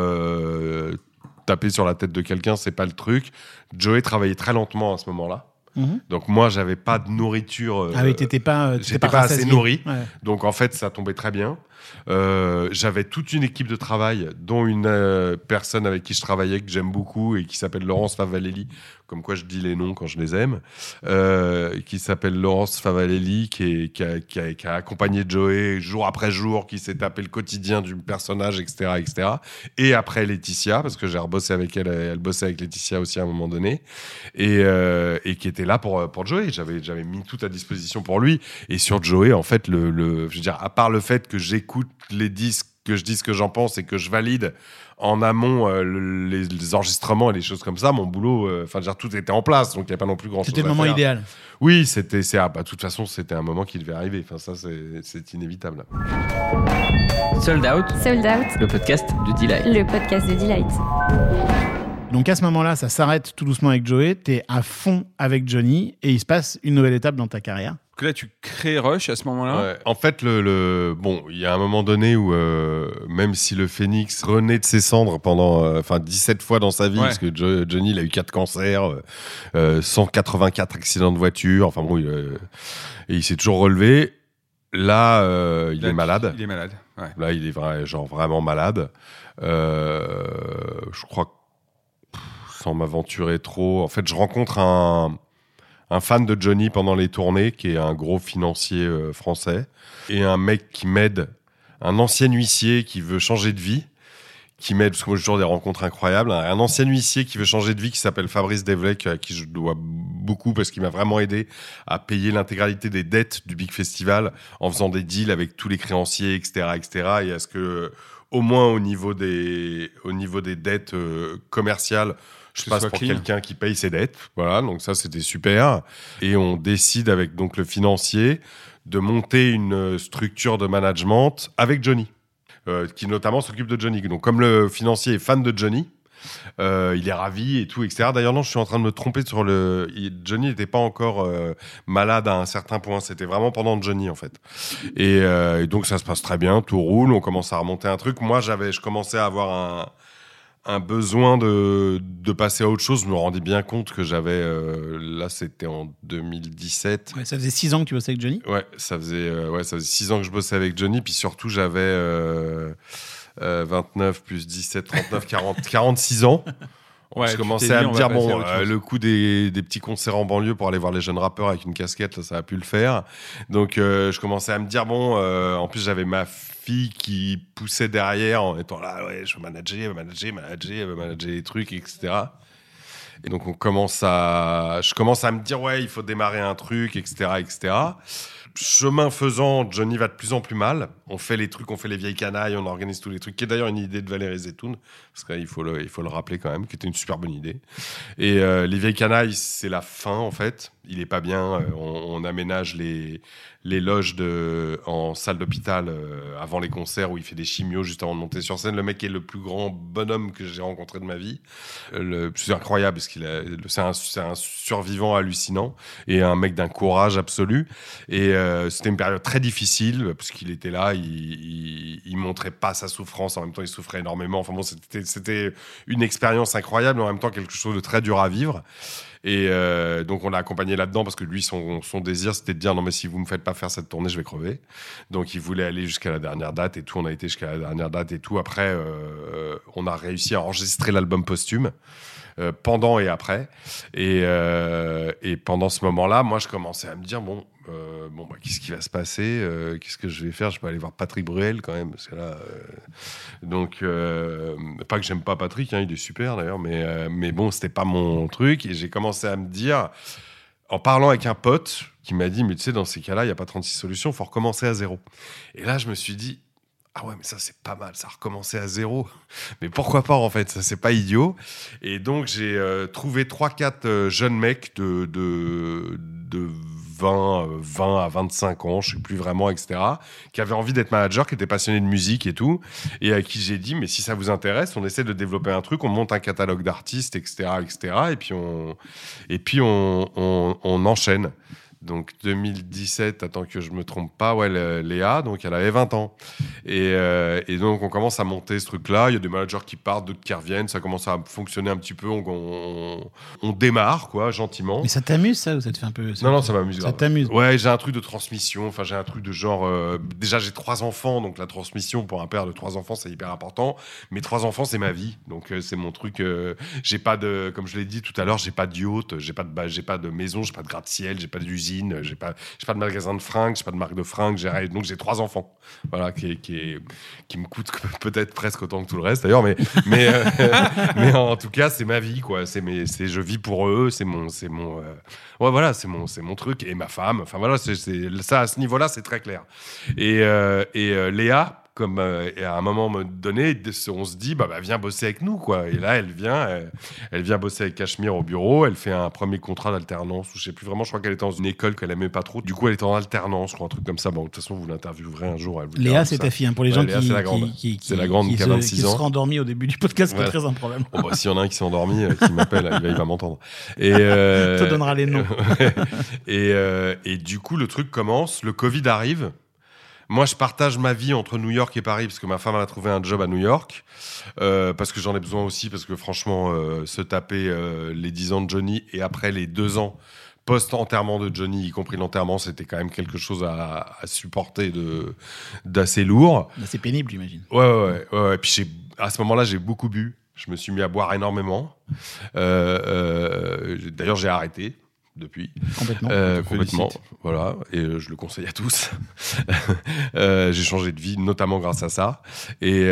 taper sur la tête de quelqu'un, c'est pas le truc. Joey travaillait très lentement à ce moment-là. Donc moi, j'avais pas de nourriture. Ah oui, j'étais pas assez nourri. Ouais. Donc en fait, ça tombait très bien. J'avais toute une équipe de travail, dont une personne avec qui je travaillais, que j'aime beaucoup et qui s'appelle Laurence Favalelli. Comme quoi je dis les noms quand je les aime. Qui s'appelle Laurence Favalelli, qui a accompagné Joey jour après jour, qui s'est tapé le quotidien du personnage, etc., etc. Et après Laetitia, parce que j'ai rebossé avec elle, elle bossait avec Laetitia aussi à un moment donné, et qui était là pour Joey. J'avais mis tout à disposition pour lui. Et sur Joey, en fait, je veux dire, à part le fait que j'écoute les disques, que je dise ce que j'en pense et que je valide en amont les enregistrements et les choses comme ça, mon boulot, tout était en place, donc il n'y a pas non plus grand-chose à faire. C'était le moment idéal. Oui, de toute façon, c'était un moment qui devait arriver. Enfin, ça, c'est inévitable. Sold Out, le podcast de Delight. Le podcast de Delight. Donc à ce moment-là, ça s'arrête tout doucement avec Joey, t'es à fond avec Johnny et il se passe une nouvelle étape dans ta carrière. Que là, tu crées Rush à ce moment-là. Ouais. En fait, bon, il y a un moment donné où, même si le Phénix renaît de ses cendres pendant 17 fois dans sa vie, parce que Johnny, il a eu 4 cancers, 184 accidents de voiture, enfin bon, et il s'est toujours relevé. Là, il est malade. Il est malade, ouais. Là, il est vraiment malade. Je crois que, sans m'aventurer trop, en fait, je rencontre un fan de Johnny pendant les tournées, qui est un gros financier français, et un mec qui m'aide, un ancien huissier qui veut changer de vie, qui m'aide, parce que moi j'ai toujours des rencontres incroyables, un ancien huissier qui veut changer de vie, qui s'appelle Fabrice Devlec, à qui je dois beaucoup, parce qu'il m'a vraiment aidé à payer l'intégralité des dettes du Big Festival, en faisant des deals avec tous les créanciers, etc., et à ce que, au moins au niveau des dettes commerciales, je passe pour quelqu'un qui paye ses dettes. Voilà, donc ça, c'était super. Et on décide avec donc le financier de monter une structure de management avec Johnny, qui notamment s'occupe de Johnny. Donc comme le financier est fan de Johnny, Il est ravi et tout, etc. D'ailleurs, non, je suis en train de me tromper sur Johnny n'était pas encore malade à un certain point. C'était vraiment pendant Johnny, en fait. Et donc, ça se passe très bien, tout roule. On commence à remonter un truc. Moi, je commençais à avoir un besoin de passer à autre chose. Je me rendais bien compte que j'avais... là, c'était en 2017. Ouais, ça faisait 6 ans que tu bossais avec Johnny ? Ouais, ça faisait 6 ans que je bossais avec Johnny. Puis surtout, j'avais 29 plus 17, 39, 46 ans. Ouais, je commençais à me dire, le coup des petits concerts en banlieue pour aller voir les jeunes rappeurs avec une casquette, là, ça a pu le faire. Donc, je commençais à me dire, en plus, j'avais ma fille qui poussait derrière en étant là, ouais, je veux manager les trucs, etc. Et donc, je commence à me dire, ouais, il faut démarrer un truc, etc., etc. Chemin faisant, Johnny va de plus en plus mal. On fait les trucs, on fait les vieilles canailles, on organise tous les trucs, qui est d'ailleurs une idée de Valérie Zetoun, parce qu'il faut le rappeler quand même, qui était une super bonne idée. Et les vieilles canailles, c'est la fin, en fait. Il est pas bien. On aménage les loges en salle d'hôpital avant les concerts où il fait des chimios juste avant de monter sur scène. Le mec est le plus grand bonhomme que j'ai rencontré de ma vie. C'est incroyable parce c'est un survivant hallucinant et un mec d'un courage absolu. Et c'était une période très difficile parce qu'il était là, il montrait pas sa souffrance, en même temps il souffrait énormément. Enfin bon, c'était une expérience incroyable, mais en même temps quelque chose de très dur à vivre. Et donc on l'a accompagné là-dedans parce que lui son désir c'était de dire non mais si vous me faites pas faire cette tournée je vais crever. Donc il voulait aller jusqu'à la dernière date et tout, on a été jusqu'à la dernière date et tout. Après on a réussi à enregistrer l'album posthume pendant et après et pendant ce moment-là moi je commençais à me dire qu'est-ce qui va se passer, qu'est-ce que je vais faire, je peux aller voir Patrick Bruel quand même parce que là donc pas que j'aime pas Patrick, hein, il est super d'ailleurs, mais bon c'était pas mon truc et j'ai commencé à me dire en parlant avec un pote qui m'a dit mais tu sais dans ces cas-là il y a pas 36 solutions, faut recommencer à zéro. Et là je me suis dit ah ouais mais ça c'est pas mal, ça recommencer à zéro, mais pourquoi pas en fait, ça c'est pas idiot. Et donc j'ai trouvé 3-4 jeunes mecs de 20 à 25 ans, je sais plus vraiment, etc., qui avaient envie d'être manager, qui étaient passionnés de musique et tout, et à qui j'ai dit, mais si ça vous intéresse, on essaie de développer un truc, on monte un catalogue d'artistes, etc., et puis on enchaîne. Donc 2017, attends que je me trompe pas, ouais, Léa, donc elle avait 20 ans. Et donc on commence à monter ce truc-là, il y a des managers qui partent, d'autres qui reviennent, ça commence à fonctionner un petit peu, on démarre, quoi, gentiment. Mais ça t'amuse ça ou ça te fait un peu... Non, ça m'amuse grave. Ça t'amuse? Ouais, j'ai un truc de transmission, enfin j'ai un truc de genre... déjà j'ai 3 enfants, donc la transmission pour un père de 3 enfants c'est hyper important. Mes 3 enfants c'est ma vie, donc c'est mon truc. J'ai pas de... Comme je l'ai dit tout à l'heure, j'ai pas de yacht, j'ai pas de maison, j'ai pas de gratte-ciel, j'ai pas d'usine. J'ai pas de magasin de fringues, j'ai pas de marque de fringues, donc j'ai 3 enfants, voilà, qui me coûtent peut-être presque autant que tout le reste d'ailleurs, mais en tout cas c'est ma vie quoi, je vis pour eux, ouais voilà, c'est mon truc et ma femme, enfin voilà, c'est ça à ce niveau-là c'est très clair. Et Léa, comme à un moment donné, on se dit viens bosser avec nous quoi. Et là elle vient bosser avec Cachemire au bureau. Elle fait un premier contrat d'alternance ou je sais plus vraiment. Je crois qu'elle était dans une école qu'elle aimait pas trop. Du coup elle était en alternance, je crois, un truc comme ça. Bon de toute façon vous l'interviewerez un jour. Léa c'est ta fille hein, pour les gens Léa, c'est la grande qui a 26 ans. Qui sera endormie au début du podcast, pas très un problème. Bon s'il y en a un qui s'est endormi, qui m'appelle, il va m'entendre. Et te donnera les noms. et du coup le truc commence. Le Covid arrive. Moi, je partage ma vie entre New York et Paris parce que ma femme elle a trouvé un job à New York, parce que j'en ai besoin aussi, parce que franchement, se taper les 10 ans de Johnny et après les 2 ans post-enterrement de Johnny, y compris l'enterrement, c'était quand même quelque chose à supporter d'assez lourd. C'est pénible, j'imagine. Ouais. Puis à ce moment-là, j'ai beaucoup bu. Je me suis mis à boire énormément. D'ailleurs, j'ai arrêté. Depuis. Complètement. Voilà. Et je le conseille à tous. J'ai changé de vie, notamment grâce à ça. Et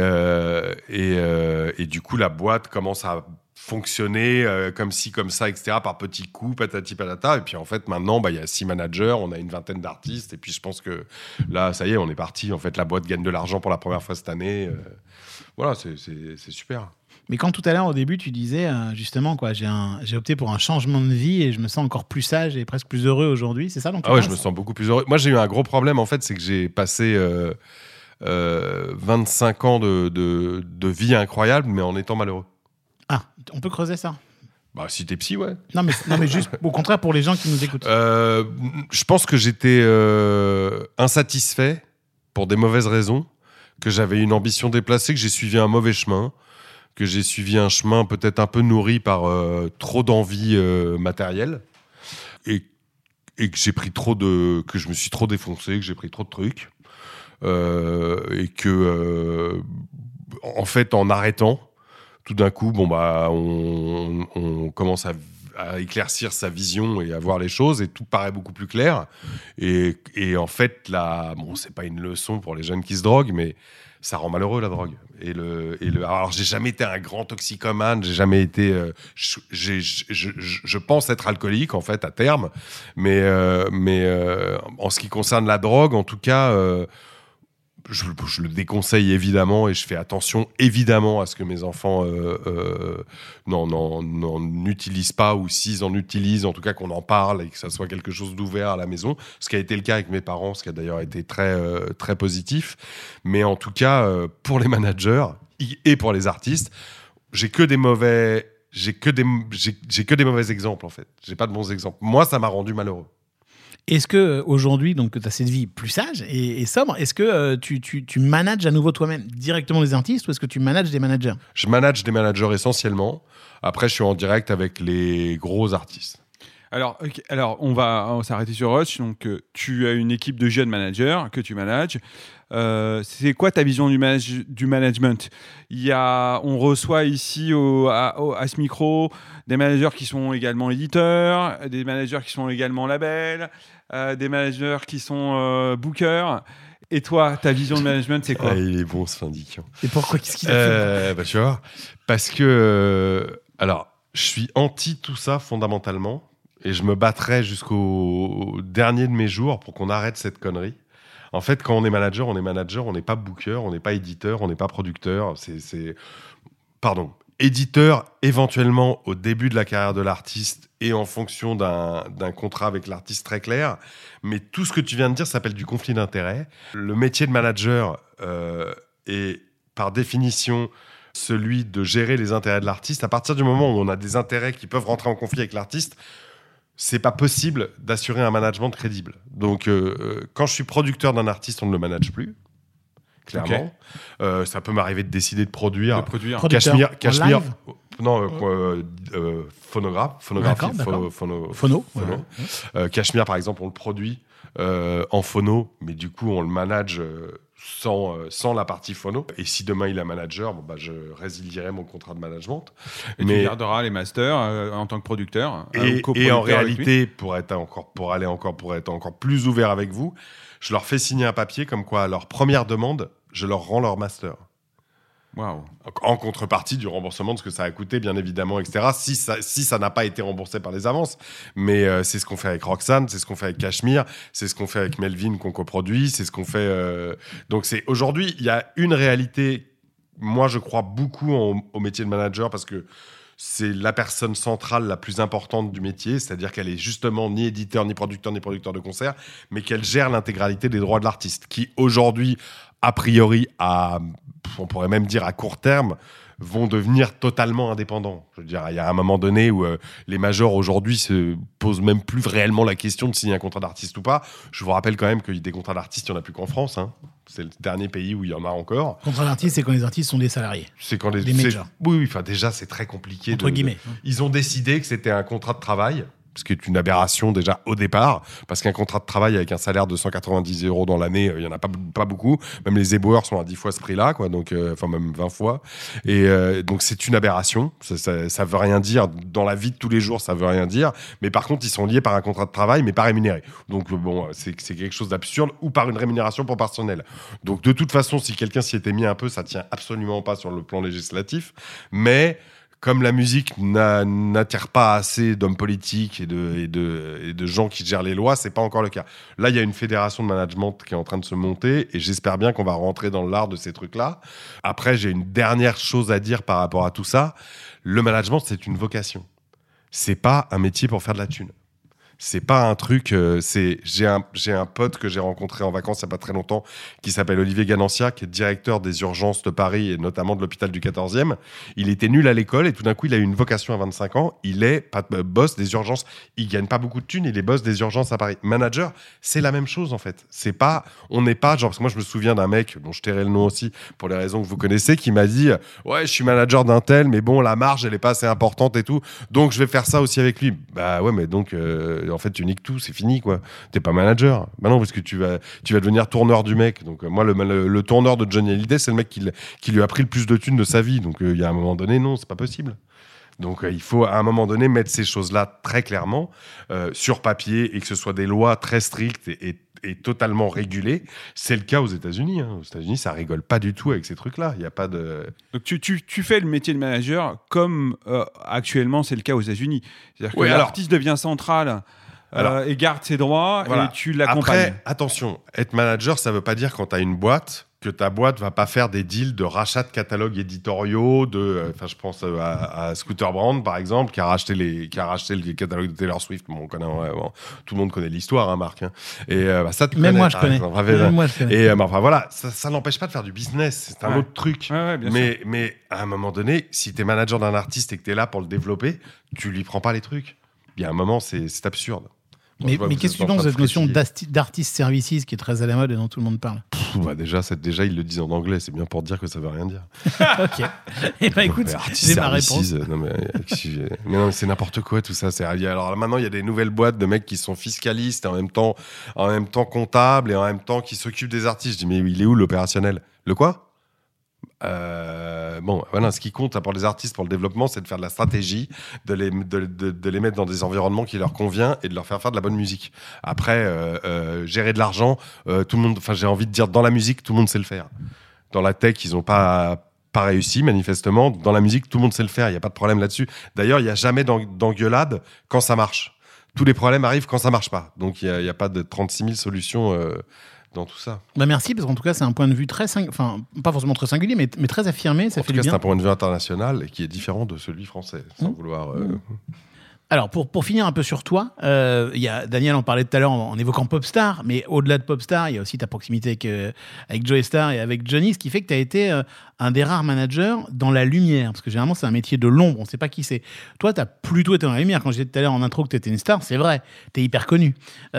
du coup, la boîte commence à fonctionner comme ci, comme ça, etc., par petits coups, patati patata. Et puis en fait, maintenant, il y a 6 managers, on a une 20aine d'artistes. Et puis je pense que là, ça y est, on est parti. En fait, la boîte gagne de l'argent pour la première fois cette année. Voilà, c'est super. Mais quand tout à l'heure, au début, tu disais justement, quoi, j'ai opté pour un changement de vie et je me sens encore plus sage et presque plus heureux aujourd'hui, c'est ça donc? Ah ouais, je me sens beaucoup plus heureux. Moi, j'ai eu un gros problème, en fait, c'est que j'ai passé 25 ans de vie incroyable, mais en étant malheureux. Ah. On peut creuser ça. Bah, si t'es psy, ouais. Non, mais juste au contraire pour les gens qui nous écoutent. Je pense que j'étais insatisfait pour des mauvaises raisons, que j'avais une ambition déplacée, que j'ai suivi un mauvais chemin, que j'ai suivi un chemin peut-être un peu nourri par trop d'envie matérielle, et que j'ai pris que je me suis trop défoncé, que j'ai pris trop de trucs, et que en fait, en arrêtant, tout d'un coup, on commence à éclaircir sa vision et à voir les choses, et tout paraît beaucoup plus clair. Et en fait, c'est pas une leçon pour les jeunes qui se droguent, mais ça rend malheureux, la drogue. Alors, j'ai jamais été un grand toxicomane, j'ai jamais été. Je pense être alcoolique, en fait, à terme, mais en ce qui concerne la drogue, en tout cas. Je le déconseille évidemment, et je fais attention évidemment à ce que mes enfants n'en utilisent pas, ou s'ils en utilisent, en tout cas qu'on en parle et que ça soit quelque chose d'ouvert à la maison, ce qui a été le cas avec mes parents, ce qui a d'ailleurs été très, très positif. Mais en tout cas, pour les managers et pour les artistes, j'ai que des mauvais exemples, en fait. J'ai pas de bons exemples. Moi, ça m'a rendu malheureux. Est-ce que aujourd'hui, donc tu as cette vie plus sage et sobre, est-ce que tu manages à nouveau toi-même directement les artistes, ou est-ce que tu manages des managers ? Je manage des managers essentiellement. Après, je suis en direct avec les gros artistes. Alors, on va s'arrêter sur Rush. Donc, tu as une équipe de jeunes managers que tu manages. C'est quoi ta vision du management ? On reçoit ici à ce micro des managers qui sont également éditeurs, des managers qui sont également labels, des managers qui sont bookers. Et toi, ta vision de management, c'est quoi ? Il est bon, ce syndicat. Et pourquoi ? Qu'est-ce qu'il a fait ? Tu vois, parce que je suis anti tout ça fondamentalement, et je me battrai jusqu'au dernier de mes jours pour qu'on arrête cette connerie. En fait, quand on est manager, on n'est pas booker, on n'est pas éditeur, on n'est pas producteur. Pardon, éditeur éventuellement au début de la carrière de l'artiste et en fonction d'un contrat avec l'artiste très clair. Mais tout ce que tu viens de dire s'appelle du conflit d'intérêts. Le métier de manager est par définition celui de gérer les intérêts de l'artiste. À partir du moment où on a des intérêts qui peuvent rentrer en conflit avec l'artiste, c'est pas possible d'assurer un management crédible. Donc, quand je suis producteur d'un artiste, on ne le manage plus, clairement. Okay. Ça peut m'arriver de décider de produire. Cachemire. Non, phonographie. Phono. Cachemire, par exemple, on le produit en phono, mais du coup, on le manage sans la partie phono. Et si demain il est manager, je résilierai mon contrat de management. Et tu garderas les masters en tant que producteur. Et en réalité, pour être encore plus ouvert avec vous, je leur fais signer un papier comme quoi, à leur première demande, je leur rends leur master. Wow. En contrepartie du remboursement de ce que ça a coûté, bien évidemment, etc. Si ça n'a pas été remboursé par les avances. Mais c'est ce qu'on fait avec Roxane, c'est ce qu'on fait avec Cachemire, c'est ce qu'on fait avec Melvin qu'on coproduit, c'est ce qu'on fait... Donc aujourd'hui, il y a une réalité. Moi, je crois beaucoup au métier de manager parce que c'est la personne centrale la plus importante du métier, c'est-à-dire qu'elle est justement ni éditeur, ni producteur de concert, mais qu'elle gère l'intégralité des droits de l'artiste, qui aujourd'hui, a priori, on pourrait même dire à court terme, vont devenir totalement indépendants. Je veux dire, il y a un moment donné où les majors aujourd'hui se posent même plus réellement la question de signer un contrat d'artiste ou pas. Je vous rappelle quand même que des contrats d'artiste, il n'y en a plus qu'en France. Hein. C'est le dernier pays où il y en a encore. Contrat d'artiste, c'est quand les artistes sont des salariés. C'est quand les majors. Oui, enfin déjà, c'est très compliqué. Entre guillemets. Ils ont décidé que c'était un contrat de travail, ce qui est une aberration déjà au départ, parce qu'un contrat de travail avec un salaire de 190 € dans l'année, il n'y en a pas beaucoup. Même les éboueurs sont à 10 fois ce prix-là, quoi, donc, même 20 fois. Et donc c'est une aberration. Ça veut rien dire. Dans la vie de tous les jours, ça veut rien dire. Mais par contre, ils sont liés par un contrat de travail, mais pas rémunéré. Donc c'est quelque chose d'absurde, ou par une rémunération pour personnel. Donc de toute façon, si quelqu'un s'y était mis un peu, ça tient absolument pas sur le plan législatif. Mais comme la musique n'attire pas assez d'hommes politiques et de gens qui gèrent les lois, c'est pas encore le cas. Là, il y a une fédération de management qui est en train de se monter et j'espère bien qu'on va rentrer dans l'art de ces trucs-là. Après, j'ai une dernière chose à dire par rapport à tout ça. Le management, c'est une vocation. C'est pas un métier pour faire de la thune. C'est pas un truc. J'ai un pote que j'ai rencontré en vacances il n'y a pas très longtemps qui s'appelle Olivier Ganancia, qui est directeur des urgences de Paris et notamment de l'hôpital du 14e. Il était nul à l'école et tout d'un coup, il a eu une vocation à 25 ans. Il est boss des urgences. Il gagne pas beaucoup de thunes. Il est boss des urgences à Paris. Manager, c'est la même chose en fait. On n'est pas genre, parce que moi je me souviens d'un mec dont je tairai le nom aussi pour les raisons que vous connaissez, qui m'a dit ouais, je suis manager d'un tel, mais bon, la marge elle est pas assez importante et tout, donc je vais faire ça aussi avec lui. Bah ouais, mais donc en fait tu niques tout, c'est fini quoi. T'es pas manager. Bah non, parce que tu vas devenir tourneur du mec. Donc moi le tourneur de Johnny Hallyday, c'est le mec qui lui a pris le plus de thunes de sa vie. Donc il y a un moment donné, non, c'est pas possible. Donc il faut à un moment donné mettre ces choses-là très clairement sur papier et que ce soit des lois très strictes et totalement régulées. C'est le cas aux États-Unis. Aux États-Unis, ça rigole pas du tout avec ces trucs-là. Il y a pas de. Donc tu fais le métier de manager comme actuellement c'est le cas aux États-Unis. C'est-à-dire que Oui, l'artiste devient central. Et garde ses droits et tu l'accompagnes. Après, attention, être manager, ça veut pas dire quand tu as une boîte que ta boîte va pas faire des deals de rachat de catalogues éditoriaux je pense à Scooter Braun par exemple qui a racheté les catalogues de Taylor Swift. Bon, tout le monde connaît l'histoire, hein, Marc, hein. Et ça tu connais. Même moi je connais. Et voilà, ça n'empêche pas de faire du business, c'est un autre truc. Mais à un moment donné, si tu es manager d'un artiste et que tu es là pour le développer, tu lui prends pas les trucs. Il y a un moment, c'est absurde. Mais qu'est-ce que tu penses de cette notion d'artist services qui est très à la mode et dont tout le monde parle? Déjà, ils le disent en anglais, c'est bien pour dire que ça veut rien dire. Ok. Et bah écoute, j'ai ma réponse. Non, c'est n'importe quoi tout ça. Alors maintenant, il y a des nouvelles boîtes de mecs qui sont fiscalistes et en même temps comptables et en même temps qui s'occupent des artistes. Je dis, mais il est où l'opérationnel? Le quoi? Ce qui compte pour les artistes, pour le développement, c'est de faire de la stratégie, de les mettre dans des environnements qui leur conviennent et de leur faire de la bonne musique. Après, gérer de l'argent, tout le monde, j'ai envie de dire, dans la musique, tout le monde sait le faire. Dans la tech, ils n'ont pas réussi, manifestement. Dans la musique, tout le monde sait le faire. Il n'y a pas de problème là-dessus. D'ailleurs, il n'y a jamais d'engueulade quand ça marche. Tous les problèmes arrivent quand ça marche pas. Donc, il n'y a pas de 36 000 solutions dans tout ça. Bah merci, parce qu'en tout cas, c'est un point de vue très pas forcément très singulier, mais très affirmé. Ça fait du bien. C'est un point de vue international et qui est différent de celui français, sans vouloir. Alors, pour finir un peu sur toi, Daniel en parlait tout à l'heure en évoquant Popstar, mais au-delà de Popstar, il y a aussi ta proximité avec Joey Starr et avec Johnny, ce qui fait que tu as été un des rares managers dans la lumière, parce que généralement, c'est un métier de l'ombre, on ne sait pas qui c'est. Toi, tu as plutôt été dans la lumière. Quand je disais tout à l'heure en intro que tu étais une star, c'est vrai, tu es hyper connu.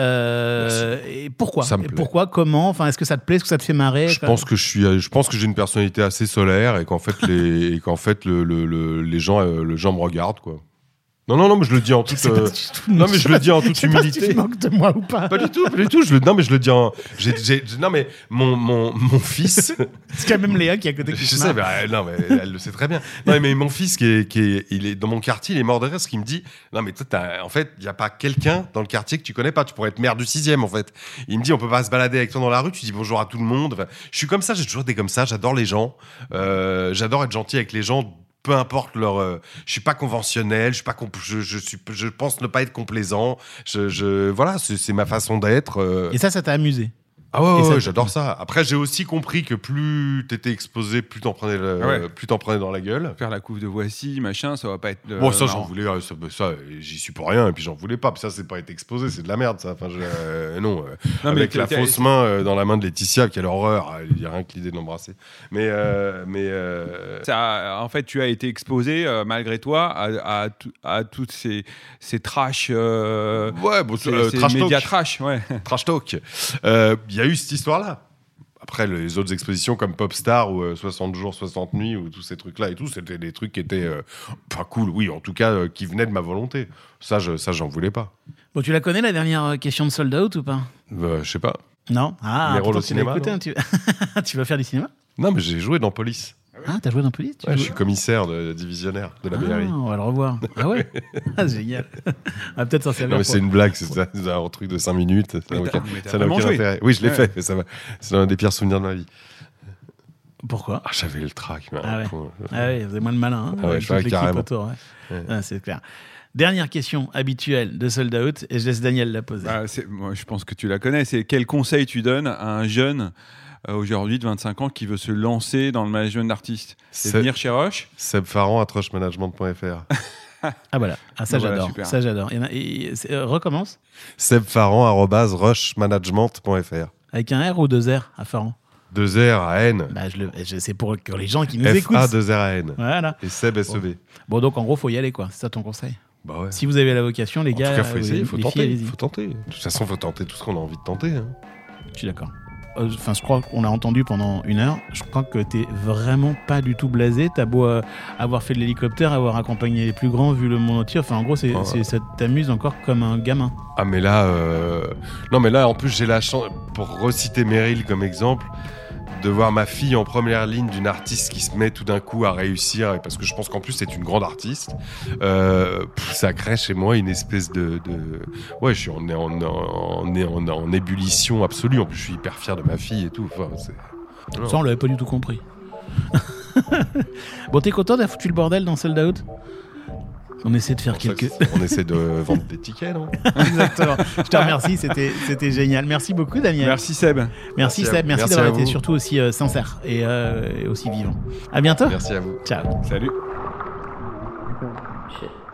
Et pourquoi? Pourquoi? Comment? Enfin, est-ce que ça te plaît? Est-ce que ça te fait marrer? Je pense que j'ai une personnalité assez solaire et qu'en fait, les gens me regardent, quoi. Non, mais je le dis en toute. Je le dis en toute humilité. Pas si tu moques de moi ou pas. Pas du tout. Mais je le dis en. Non, mais mon fils. C'est quand même Léa qui est à côté. Je sais, mais elle le sait très bien. Non, mais mon fils il est dans mon quartier, il est mort de rire, parce qu'il me dit, non, mais toi, en fait, il y a pas quelqu'un dans le quartier que tu connais pas. Tu pourrais être maire du 6e, en fait. Il me dit, on peut pas se balader avec toi dans la rue. Tu dis bonjour à tout le monde. Enfin, je suis comme ça. J'ai toujours été comme ça. J'adore les gens. J'adore être gentil avec les gens. Peu importe leur, je suis pas conventionnel, je pense ne pas être complaisant. Voilà, c'est ma façon d'être. Et ça t'a amusé? Ah ouais, j'adore ça. Après, j'ai aussi compris que plus t'étais exposé, plus t'en prenais dans la gueule. Faire la couve de Voici, machin, ça va pas être. Bon, ça, j'en voulais. Ça, j'y suis pour rien. Et puis, j'en voulais pas. Puis ça, c'est pas être exposé, c'est de la merde, ça. Enfin, non. Avec la fausse main dans la main de Laetitia, quelle horreur. Il y a rien que l'idée de l'embrasser. Mais ça, en fait, tu as été exposé malgré toi à toutes ces trash. trash médias talk. Trash, ouais. Trash talk. Il y a eu cette histoire-là. Après, les autres expositions comme Popstar ou 60 jours, 60 nuits ou tous ces trucs-là et tout, c'était des trucs qui étaient pas cool, oui, en tout cas, qui venaient de ma volonté. Ça, j'en voulais pas. Bon, tu la connais, la dernière question de Sold Out ou pas? Je sais pas. Non? Les rôles au cinéma, tu vas faire du cinéma? Non, mais j'ai joué dans Police. Ah, t'as joué dans Police? Je suis commissaire divisionnaire de la BRI. On va le revoir. Ah ouais? Génial. On va peut-être s'en servir. Non, mais c'est une blague, c'est un truc de 5 minutes. Ça n'a aucun intérêt. Oui, je l'ai fait, mais c'est l'un des pires souvenirs de ma vie. Pourquoi? J'avais le trac. Ouais, vous avez moins de malin. Je suis carrément. Autour, c'est clair. Dernière question habituelle de Sold Out, et je laisse Daniel la poser. Moi, je pense que tu la connais. C'est quel conseil tu donnes à un jeune aujourd'hui de 25 ans qui veut se lancer dans le management d'artistes? C'est venir chez Roche? Seb Farran, @rochemanagement.fr. Ah voilà, ça Voilà, j'adore. super. Ça j'adore. Recommence. sebfaran@rushmanagement.fr. Avec un R ou 2 R à Faran? 2 R à N. Bah, c'est pour que les gens qui nous écoutent. FA 2 R à N. Voilà. Et Seb SEB. Bon, donc en gros, faut y aller, quoi. C'est ça ton conseil? Bah ouais. Si vous avez la vocation, les En gars, tout cas, faut essayer, faut les tenter. filles, allez-y. Faut tenter. De toute façon, faut tenter tout ce qu'on a envie de tenter. Hein. Je suis d'accord. Enfin, je crois qu'on l'a entendu pendant 1 heure. Je crois que t'es vraiment pas du tout blasé. T'as beau avoir fait de l'hélicoptère, avoir accompagné les plus grands, vu le monde entier. Enfin, en gros, ça t'amuse encore comme un gamin. Ah, mais là, non, mais là, en plus, j'ai la chance, pour reciter Meryl comme exemple, de voir ma fille en première ligne d'une artiste qui se met tout d'un coup à réussir, parce que je pense qu'en plus c'est une grande artiste, ça crée chez moi une espèce de... Ouais, je suis en ébullition absolue. En plus, je suis hyper fier de ma fille et tout. Enfin, ça, on l'avait pas du tout compris. Bon, t'es content d'avoir foutu le bordel dans Sold Out? On essaie de faire On essaie de vendre des tickets, non? Exactement. Je te remercie, c'était génial. Merci beaucoup, Daniel. Merci Seb. Merci Seb, merci d'avoir été surtout aussi sincère et aussi vivant. À bientôt. Merci à vous. Ciao. Salut. Shit.